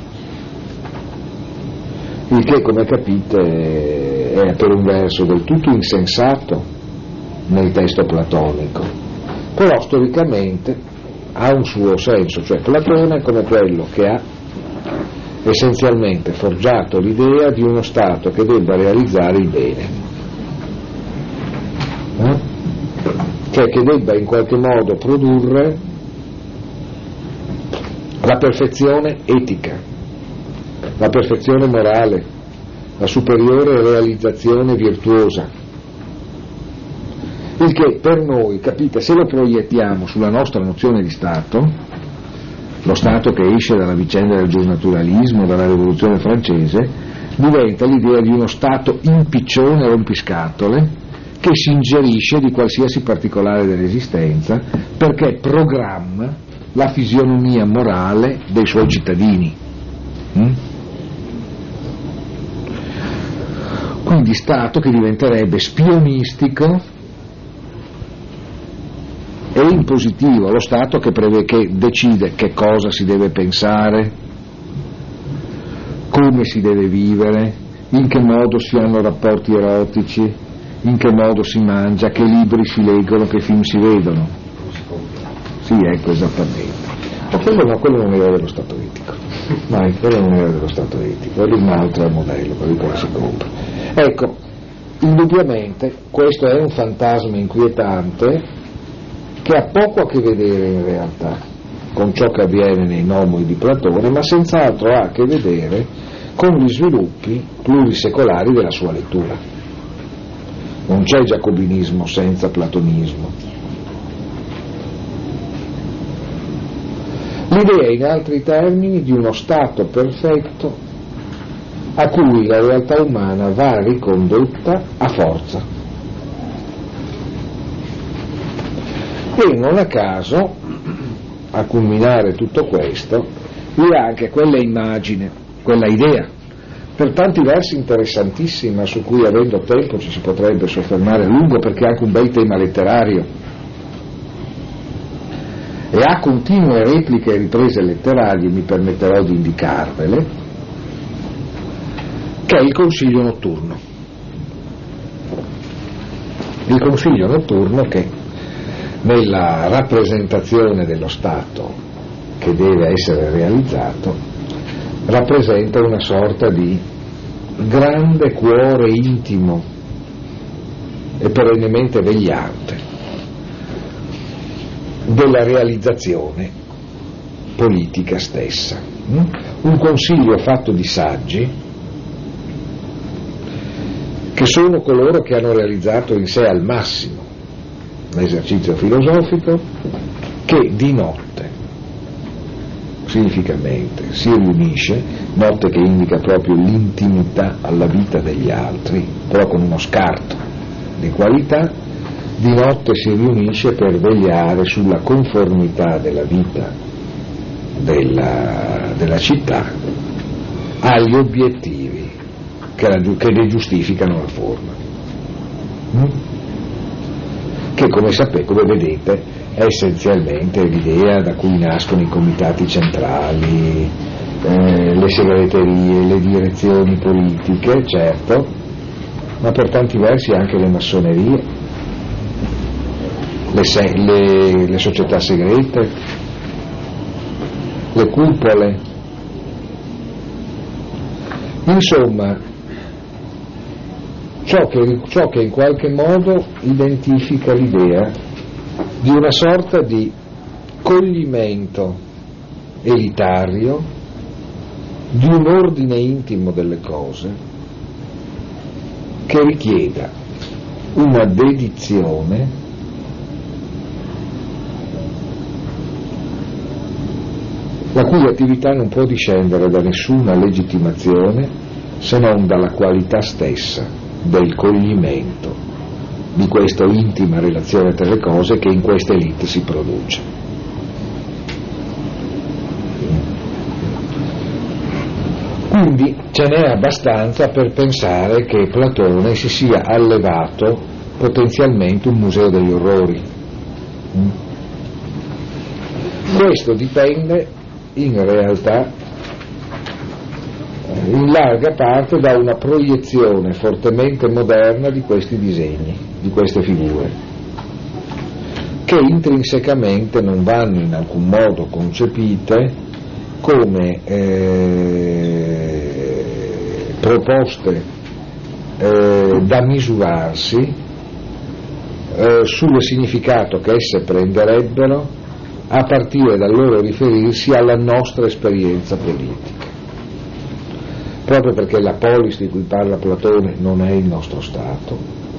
[SPEAKER 1] il che, come capite, è per un verso del tutto insensato nel testo platonico, però storicamente ha un suo senso, cioè Platone è come quello che ha essenzialmente forgiato l'idea di uno Stato che debba realizzare il bene, eh? Cioè che debba in qualche modo produrre la perfezione etica, la perfezione morale, la superiore realizzazione virtuosa, il che per noi, capite, se lo proiettiamo sulla nostra nozione di Stato, lo Stato che esce dalla vicenda del giusnaturalismo, dalla rivoluzione francese, diventa l'idea di uno Stato impiccione e rompiscatole che si ingerisce di qualsiasi particolare dell'esistenza perché programma la fisionomia morale dei suoi cittadini. Mm? Quindi Stato che diventerebbe spionistico e impositivo, lo Stato che, preve, che decide che cosa si deve pensare, come si deve vivere, in che modo si hanno rapporti erotici, in che modo si mangia, che libri si leggono, che film si vedono. Sì, ecco, esattamente. Ma quello, no, quello non era dello Stato etico, mai, quello non era dello Stato etico, quello è un altro modello, quello che si compra. Ecco, indubbiamente questo è un fantasma inquietante che ha poco a che vedere in realtà con ciò che avviene nei nomoi di Platone, ma senz'altro ha a che vedere con gli sviluppi plurisecolari della sua lettura. Non c'è giacobinismo senza platonismo. L'idea, in altri termini, di uno Stato perfetto a cui la realtà umana va ricondotta a forza. E non a caso, a culminare tutto questo, vi è anche quella immagine, quella idea, per tanti versi interessantissima, su cui avendo tempo ci si potrebbe soffermare a lungo perché è anche un bel tema letterario e ha continue repliche e riprese letterarie, mi permetterò di indicarvele, che è il Consiglio notturno. Il Consiglio notturno che nella rappresentazione dello Stato che deve essere realizzato rappresenta una sorta di grande cuore intimo e perennemente vegliante della realizzazione politica stessa. Un consiglio fatto di saggi che sono coloro che hanno realizzato in sé al massimo l'esercizio filosofico, che di notte significativamente, si riunisce, notte che indica proprio l'intimità alla vita degli altri, però con uno scarto di qualità, di notte si riunisce per vegliare sulla conformità della vita della, della città agli obiettivi che, la, che ne giustificano la forma. Mm? Che come sapete, come vedete, è essenzialmente l'idea da cui nascono i comitati centrali, eh, le segreterie, le direzioni politiche, certo, ma per tanti versi anche le massonerie, le, se- le, le società segrete, le cupole. Insomma, ciò che, ciò che in qualche modo identifica l'idea di una sorta di coglimento elitario, di un ordine intimo delle cose che richieda una dedizione la cui attività non può discendere da nessuna legittimazione se non dalla qualità stessa del coglimento di questa intima relazione tra le cose che in questa elite si produce. Quindi ce n'è abbastanza per pensare che Platone si sia allevato potenzialmente un museo degli orrori. Questo dipende in realtà in larga parte da una proiezione fortemente moderna di questi disegni, di queste figure, che intrinsecamente non vanno in alcun modo concepite come eh, proposte eh, da misurarsi eh, sul significato che esse prenderebbero a partire dal loro riferirsi alla nostra esperienza politica. Proprio perché la polis di cui parla Platone non è il nostro Stato,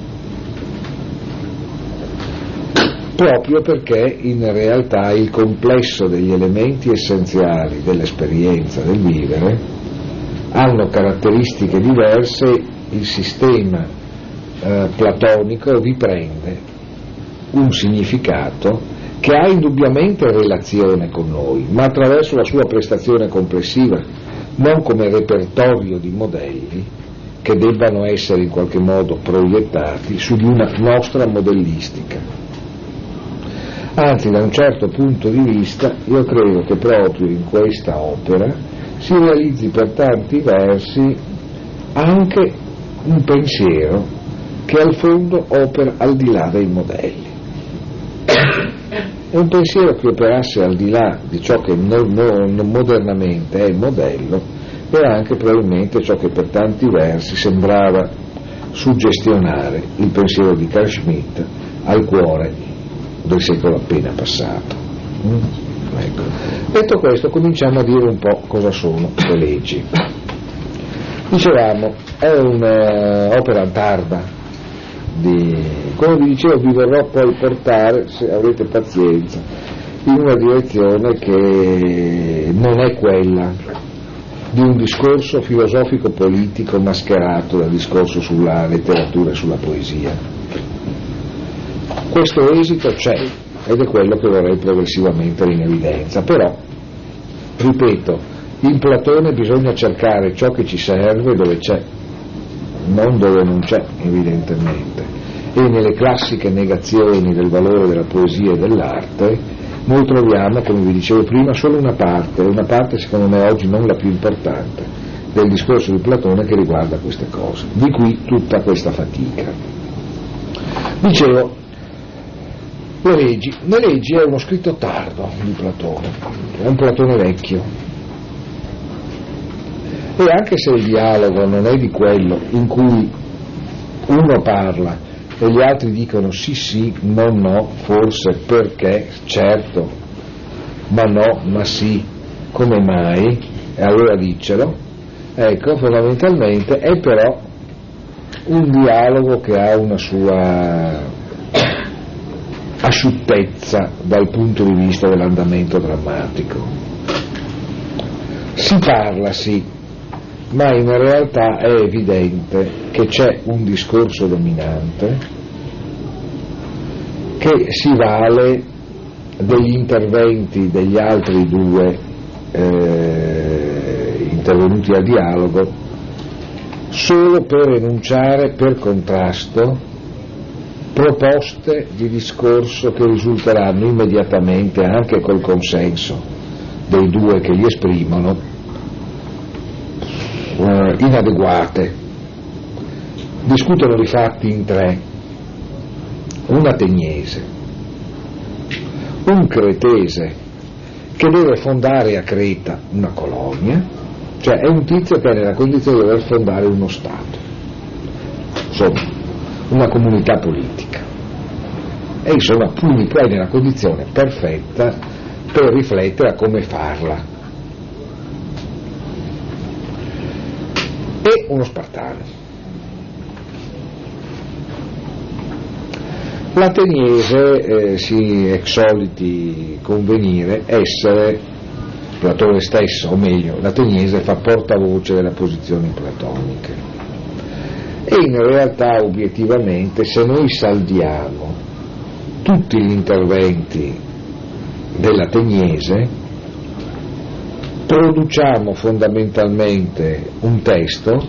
[SPEAKER 1] proprio perché in realtà il complesso degli elementi essenziali dell'esperienza del vivere hanno caratteristiche diverse, il sistema eh, platonico riprende un significato che ha indubbiamente relazione con noi, ma attraverso la sua prestazione complessiva, non come repertorio di modelli che debbano essere in qualche modo proiettati su di una nostra modellistica. Anzi, da un certo punto di vista, io credo che proprio in questa opera si realizzi per tanti versi anche un pensiero che al fondo opera al di là dei modelli. È un pensiero che operasse al di là di ciò che non, non, modernamente è il modello, e anche probabilmente ciò che per tanti versi sembrava suggestionare il pensiero di Carl Schmitt al cuore del secolo appena passato. Mm? Ecco. Detto questo, cominciamo a dire un po' cosa sono le leggi. Dicevamo, è un'opera tarda. Di, come vi dicevo, vi verrò poi portare, se avrete pazienza, in una direzione che non è quella di un discorso filosofico politico mascherato da discorso sulla letteratura e sulla poesia. Questo esito c'è ed è quello che vorrei progressivamente in evidenza, però ripeto, in Platone bisogna cercare ciò che ci serve dove c'è, non dove non c'è, evidentemente, e nelle classiche negazioni del valore della poesia e dell'arte noi troviamo, come vi dicevo prima, solo una parte, una parte secondo me oggi non la più importante del discorso di Platone che riguarda queste cose, di qui tutta questa fatica. Dicevo, le leggi, le leggi è uno scritto tardo di Platone, è un Platone vecchio. E anche se il dialogo non è di quello in cui uno parla e gli altri dicono sì sì, no no, forse, perché, certo, ma no, ma sì, come mai, e allora diccelo, ecco, fondamentalmente è però un dialogo che ha una sua asciuttezza dal punto di vista dell'andamento drammatico. Si parla sì, ma in realtà è evidente che c'è un discorso dominante che si vale degli interventi degli altri due eh, intervenuti al dialogo solo per enunciare per contrasto proposte di discorso che risulteranno immediatamente, anche col consenso dei due che li esprimono, eh, inadeguate. Discutono di fatti in tre: un ateniese, un cretese che deve fondare a Creta una colonia, cioè è un tizio che è nella condizione di dover fondare uno Stato, insomma una comunità politica, e insomma l'unico è nella condizione perfetta per riflettere a come farla, e uno spartano. L'ateniese eh, si è soliti convenire essere Platone stesso, o meglio, l'ateniese fa portavoce delle posizioni platoniche, e in realtà obiettivamente, se noi saldiamo tutti gli interventi dell'ateniese, produciamo fondamentalmente un testo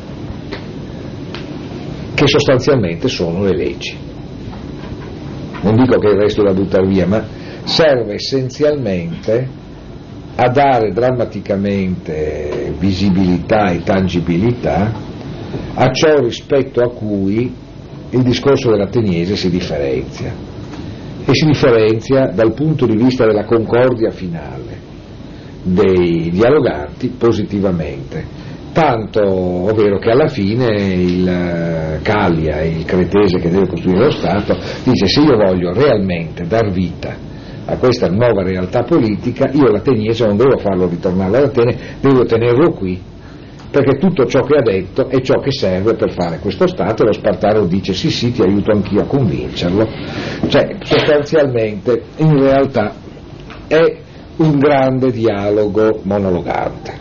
[SPEAKER 1] che sostanzialmente sono le leggi. Non dico che il resto è da buttare via, ma serve essenzialmente a dare drammaticamente visibilità e tangibilità a ciò rispetto a cui il discorso dell'ateniese si differenzia, e si differenzia dal punto di vista della concordia finale dei dialoganti positivamente, tanto ovvero che alla fine il Callia, il cretese che deve costruire lo Stato, dice: se io voglio realmente dar vita a questa nuova realtà politica, io l'ateniese non devo farlo ritornare ad Atene, devo tenerlo qui, perché tutto ciò che ha detto è ciò che serve per fare questo Stato. E lo spartano dice: sì sì, ti aiuto anch'io a convincerlo. Cioè, sostanzialmente, in realtà è un grande dialogo monologante.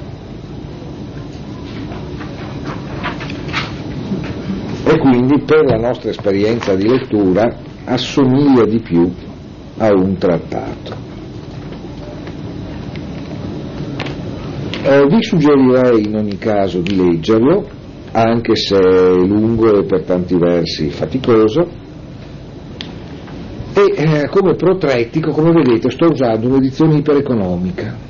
[SPEAKER 1] E quindi per la nostra esperienza di lettura assomiglia di più a un trattato. Eh, vi suggerirei in ogni caso di leggerlo, anche se è lungo e per tanti versi faticoso, e eh, come protrettico, come vedete, sto usando un'edizione ipereconomica,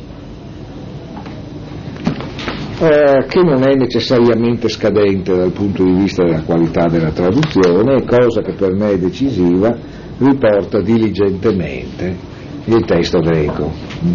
[SPEAKER 1] Eh, che non è necessariamente scadente dal punto di vista della qualità della traduzione, cosa che per me è decisiva, riporta diligentemente il testo greco.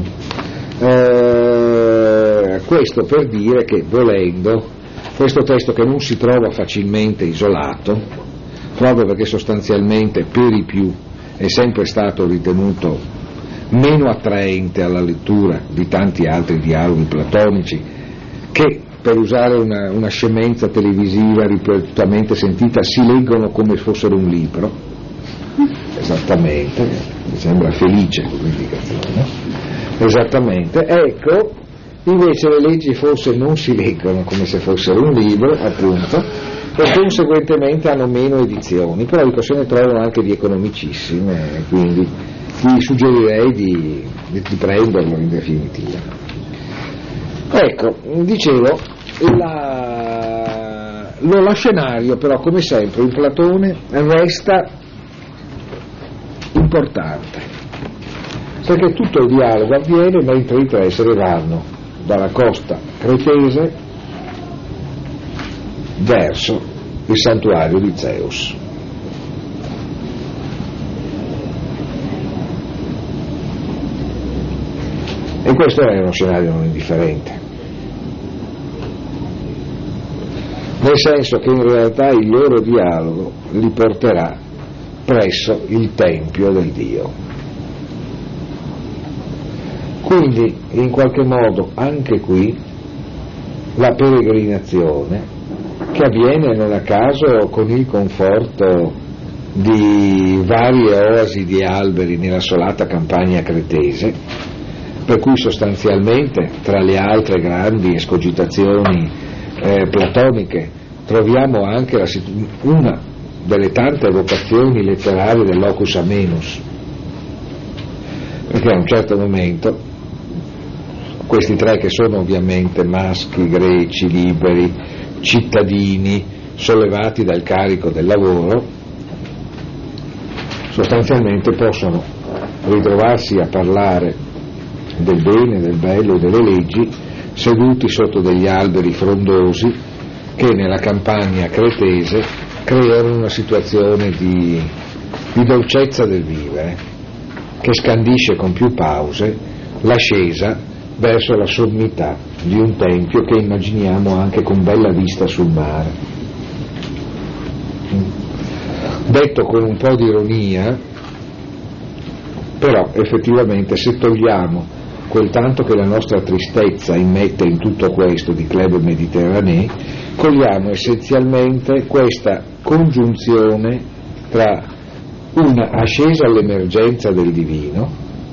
[SPEAKER 1] Eh, questo per dire che, volendo, questo testo, che non si trova facilmente isolato, proprio perché sostanzialmente per i più è sempre stato ritenuto meno attraente alla lettura di tanti altri dialoghi platonici, che, per usare una, una scemenza televisiva ripetutamente sentita, si leggono come fossero un libro. Esattamente, mi sembra felice quell'indicazione. Esattamente, ecco, invece le leggi forse non si leggono come se fossero un libro, appunto, e conseguentemente hanno meno edizioni, però dico, se ne trovano anche di economicissime, quindi vi suggerirei di, di, di prenderlo in definitiva. Ecco, dicevo, la, lo, lo scenario però, come sempre in Platone, resta importante, perché tutto il dialogo avviene mentre i tre se ne vanno dalla costa cretese verso il santuario di Zeus. E questo è uno scenario non indifferente, nel senso che in realtà il loro dialogo li porterà presso il tempio del Dio. Quindi, in qualche modo, anche qui la peregrinazione, che avviene non a caso con il conforto di varie oasi di alberi nell'assolata campagna cretese, per cui sostanzialmente tra le altre grandi escogitazioni eh, platoniche troviamo anche la, una delle tante evocazioni letterarie del locus amenus, perché a un certo momento questi tre, che sono ovviamente maschi, greci, liberi, cittadini, sollevati dal carico del lavoro, sostanzialmente possono ritrovarsi a parlare del bene, del bello e delle leggi seduti sotto degli alberi frondosi che nella campagna cretese creano una situazione di, di dolcezza del vivere che scandisce con più pause l'ascesa verso la sommità di un tempio che immaginiamo anche con bella vista sul mare. Detto con un po' di ironia, però effettivamente se togliamo quel tanto che la nostra tristezza immette in tutto questo di club mediterranee, cogliamo essenzialmente questa congiunzione tra una ascesa all'emergenza del divino,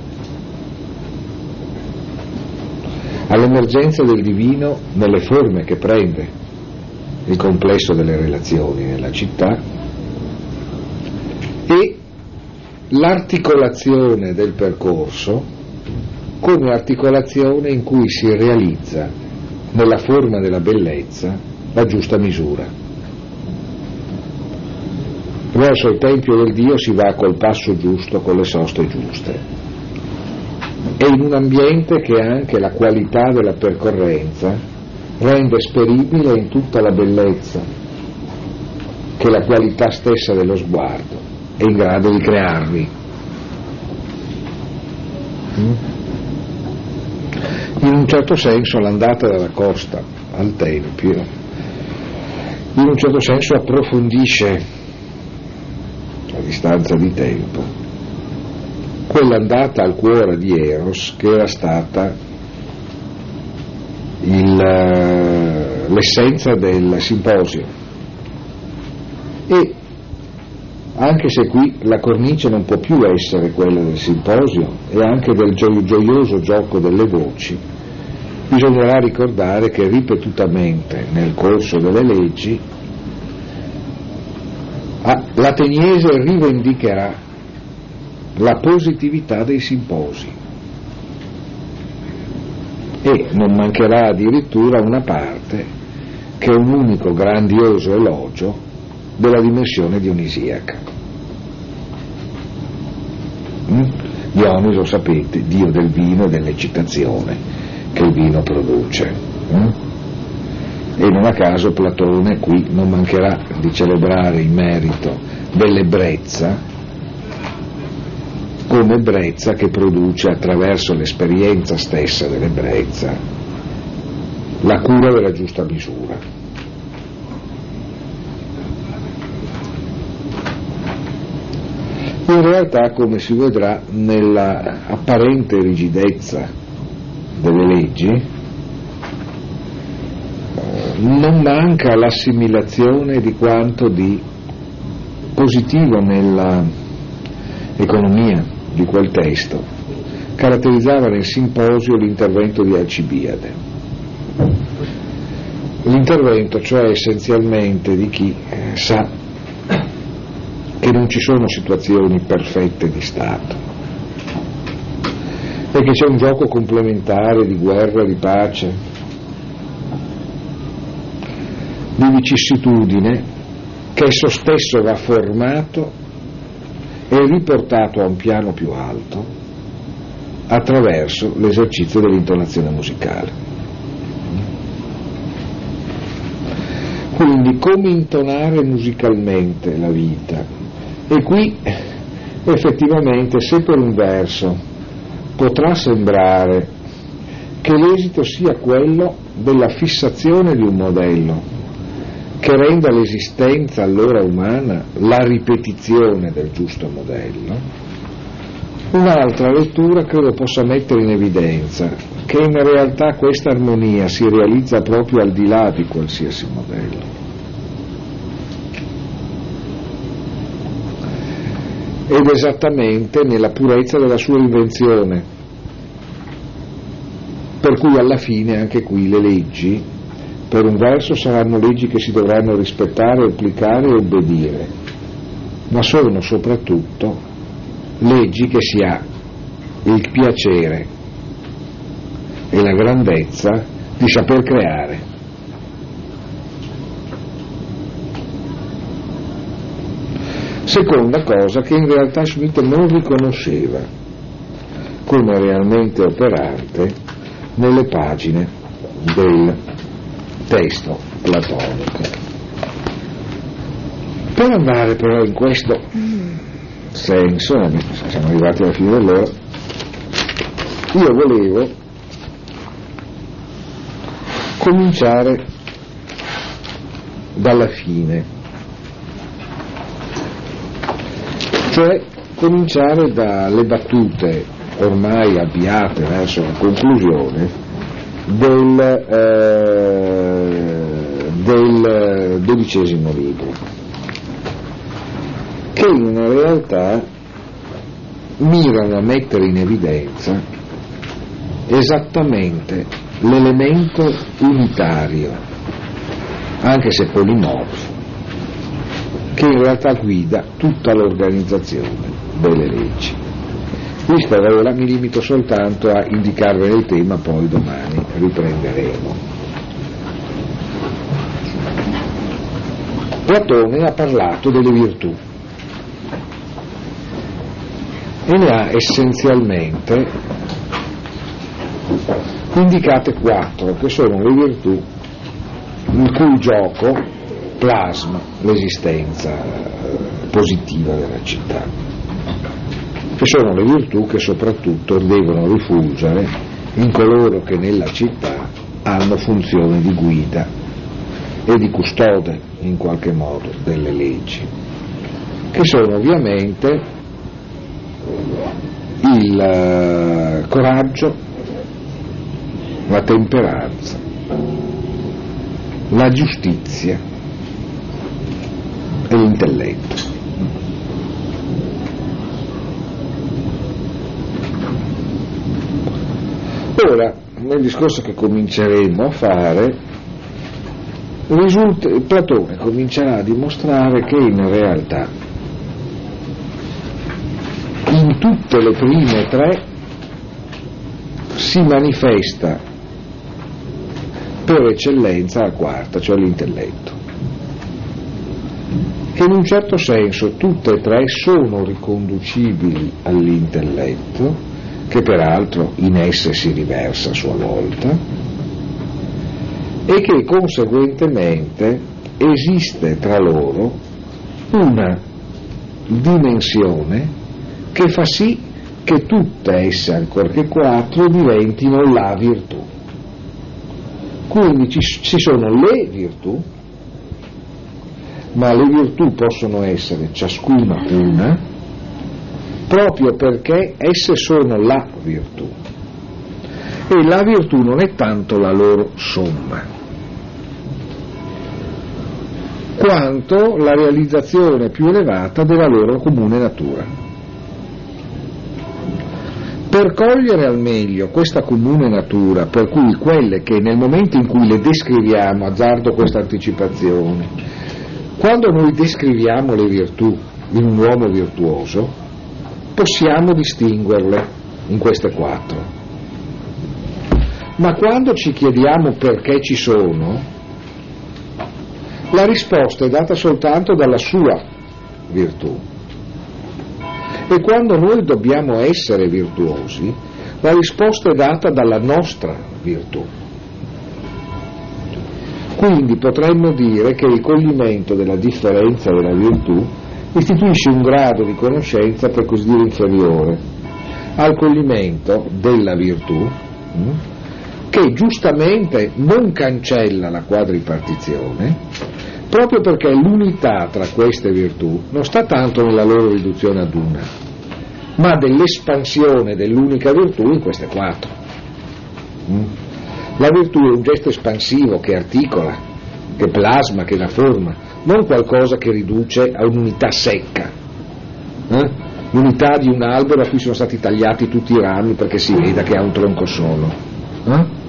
[SPEAKER 1] all'emergenza del divino nelle forme che prende il complesso delle relazioni nella città, e l'articolazione del percorso come articolazione in cui si realizza nella forma della bellezza la giusta misura. Verso il Tempio del Dio si va col passo giusto, con le soste giuste, e in un ambiente che anche la qualità della percorrenza rende esperibile in tutta la bellezza che la qualità stessa dello sguardo è in grado di crearvi. In un certo senso l'andata dalla costa al Tempio in un certo senso approfondisce a distanza di tempo quell'andata al cuore di Eros che era stata il, l'essenza del simposio, e anche se qui la cornice non può più essere quella del simposio e anche del gio- gioioso gioco delle voci, bisognerà ricordare che ripetutamente nel corso delle leggi l'ateniese rivendicherà la positività dei simposi e non mancherà addirittura una parte che è un unico grandioso elogio della dimensione dionisiaca. Mm? Dioniso, sapete, dio del vino e dell'eccitazione che il vino produce. Mm? E non a caso Platone qui non mancherà di celebrare il merito dell'ebbrezza come ebbrezza che produce attraverso l'esperienza stessa dell'ebbrezza la cura della giusta misura. In realtà, come si vedrà nella apparente rigidezza delle leggi, non manca l'assimilazione di quanto di positivo nella economia di quel testo caratterizzava nel simposio l'intervento di Alcibiade. L'intervento, cioè, essenzialmente di chi sa che non ci sono situazioni perfette di Stato e che c'è un gioco complementare di guerra, di pace, di vicissitudine che esso stesso va formato e riportato a un piano più alto attraverso l'esercizio dell'intonazione musicale. Quindi come intonare musicalmente la vita, e qui effettivamente, se per un verso potrà sembrare che l'esito sia quello della fissazione di un modello che renda l'esistenza allora umana la ripetizione del giusto modello, un'altra lettura credo possa mettere in evidenza che in realtà questa armonia si realizza proprio al di là di qualsiasi modello. Ed esattamente nella purezza della sua invenzione, per cui alla fine anche qui le leggi, per un verso, saranno leggi che si dovranno rispettare, applicare e obbedire, ma sono soprattutto leggi che si ha il piacere e la grandezza di saper creare. Seconda cosa che in realtà Schmitt non riconosceva come realmente operante nelle pagine del testo platonico. Per andare però in questo senso, siamo arrivati alla fine dell'ora, io volevo cominciare dalla fine, cioè cominciare dalle battute ormai avviate verso la conclusione del, eh, del dodicesimo libro, che in realtà mirano a mettere in evidenza esattamente l'elemento unitario, anche se polimorfo, che in realtà guida tutta l'organizzazione delle leggi. Questa ora mi limito soltanto a indicarvene il tema, poi domani riprenderemo. Platone ha parlato delle virtù e ne ha essenzialmente indicate quattro, che sono le virtù il cui gioco plasma l'esistenza positiva della città, che sono le virtù che soprattutto devono rifulgere in coloro che nella città hanno funzione di guida e di custode in qualche modo delle leggi, che sono ovviamente il coraggio, la temperanza, la giustizia e l'intelletto. Ora, nel discorso che cominceremo a fare, risulta, Platone comincerà a dimostrare che in realtà in tutte le prime tre si manifesta per eccellenza la quarta, cioè l'intelletto, che in un certo senso tutte e tre sono riconducibili all'intelletto, che peraltro in esse si riversa a sua volta, e che conseguentemente esiste tra loro una dimensione che fa sì che tutte esse, ancorché quattro, diventino la virtù. Quindi ci, ci sono le virtù, ma le virtù possono essere ciascuna una, proprio perché esse sono la virtù, e la virtù non è tanto la loro somma, quanto la realizzazione più elevata della loro comune natura. Per cogliere al meglio questa comune natura, per cui quelle che nel momento in cui le descriviamo, azzardo questa anticipazione, quando noi descriviamo le virtù in un uomo virtuoso, possiamo distinguerle in queste quattro. Ma quando ci chiediamo perché ci sono, la risposta è data soltanto dalla sua virtù. E quando noi dobbiamo essere virtuosi, la risposta è data dalla nostra virtù. Quindi potremmo dire che il coglimento della differenza della virtù istituisce un grado di conoscenza, per così dire, inferiore al coglimento della virtù, che giustamente non cancella la quadripartizione, proprio perché l'unità tra queste virtù non sta tanto nella loro riduzione ad una, ma dell'espansione dell'unica virtù in queste quattro. La virtù è un gesto espansivo che articola, che plasma, che dà forma, non qualcosa che riduce a un'unità secca, eh? l'unità di un albero a cui sono stati tagliati tutti i rami perché si veda che ha un tronco solo. Eh?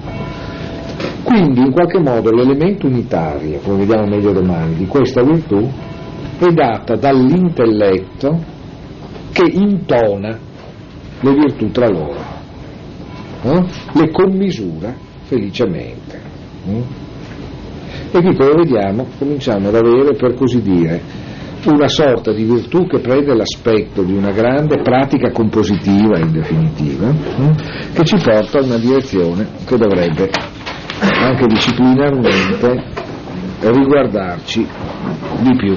[SPEAKER 1] Quindi in qualche modo l'elemento unitario, come vediamo meglio domani, di questa virtù è data dall'intelletto che intona le virtù tra loro, eh? le commisura felicemente. Eh? E qui, come vediamo, cominciamo ad avere, per così dire, una sorta di virtù che prende l'aspetto di una grande pratica compositiva, in definitiva, eh? che ci porta a una direzione che dovrebbe anche disciplinarmente riguardarci di più.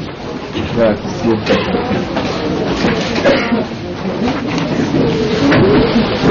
[SPEAKER 1] Grazie.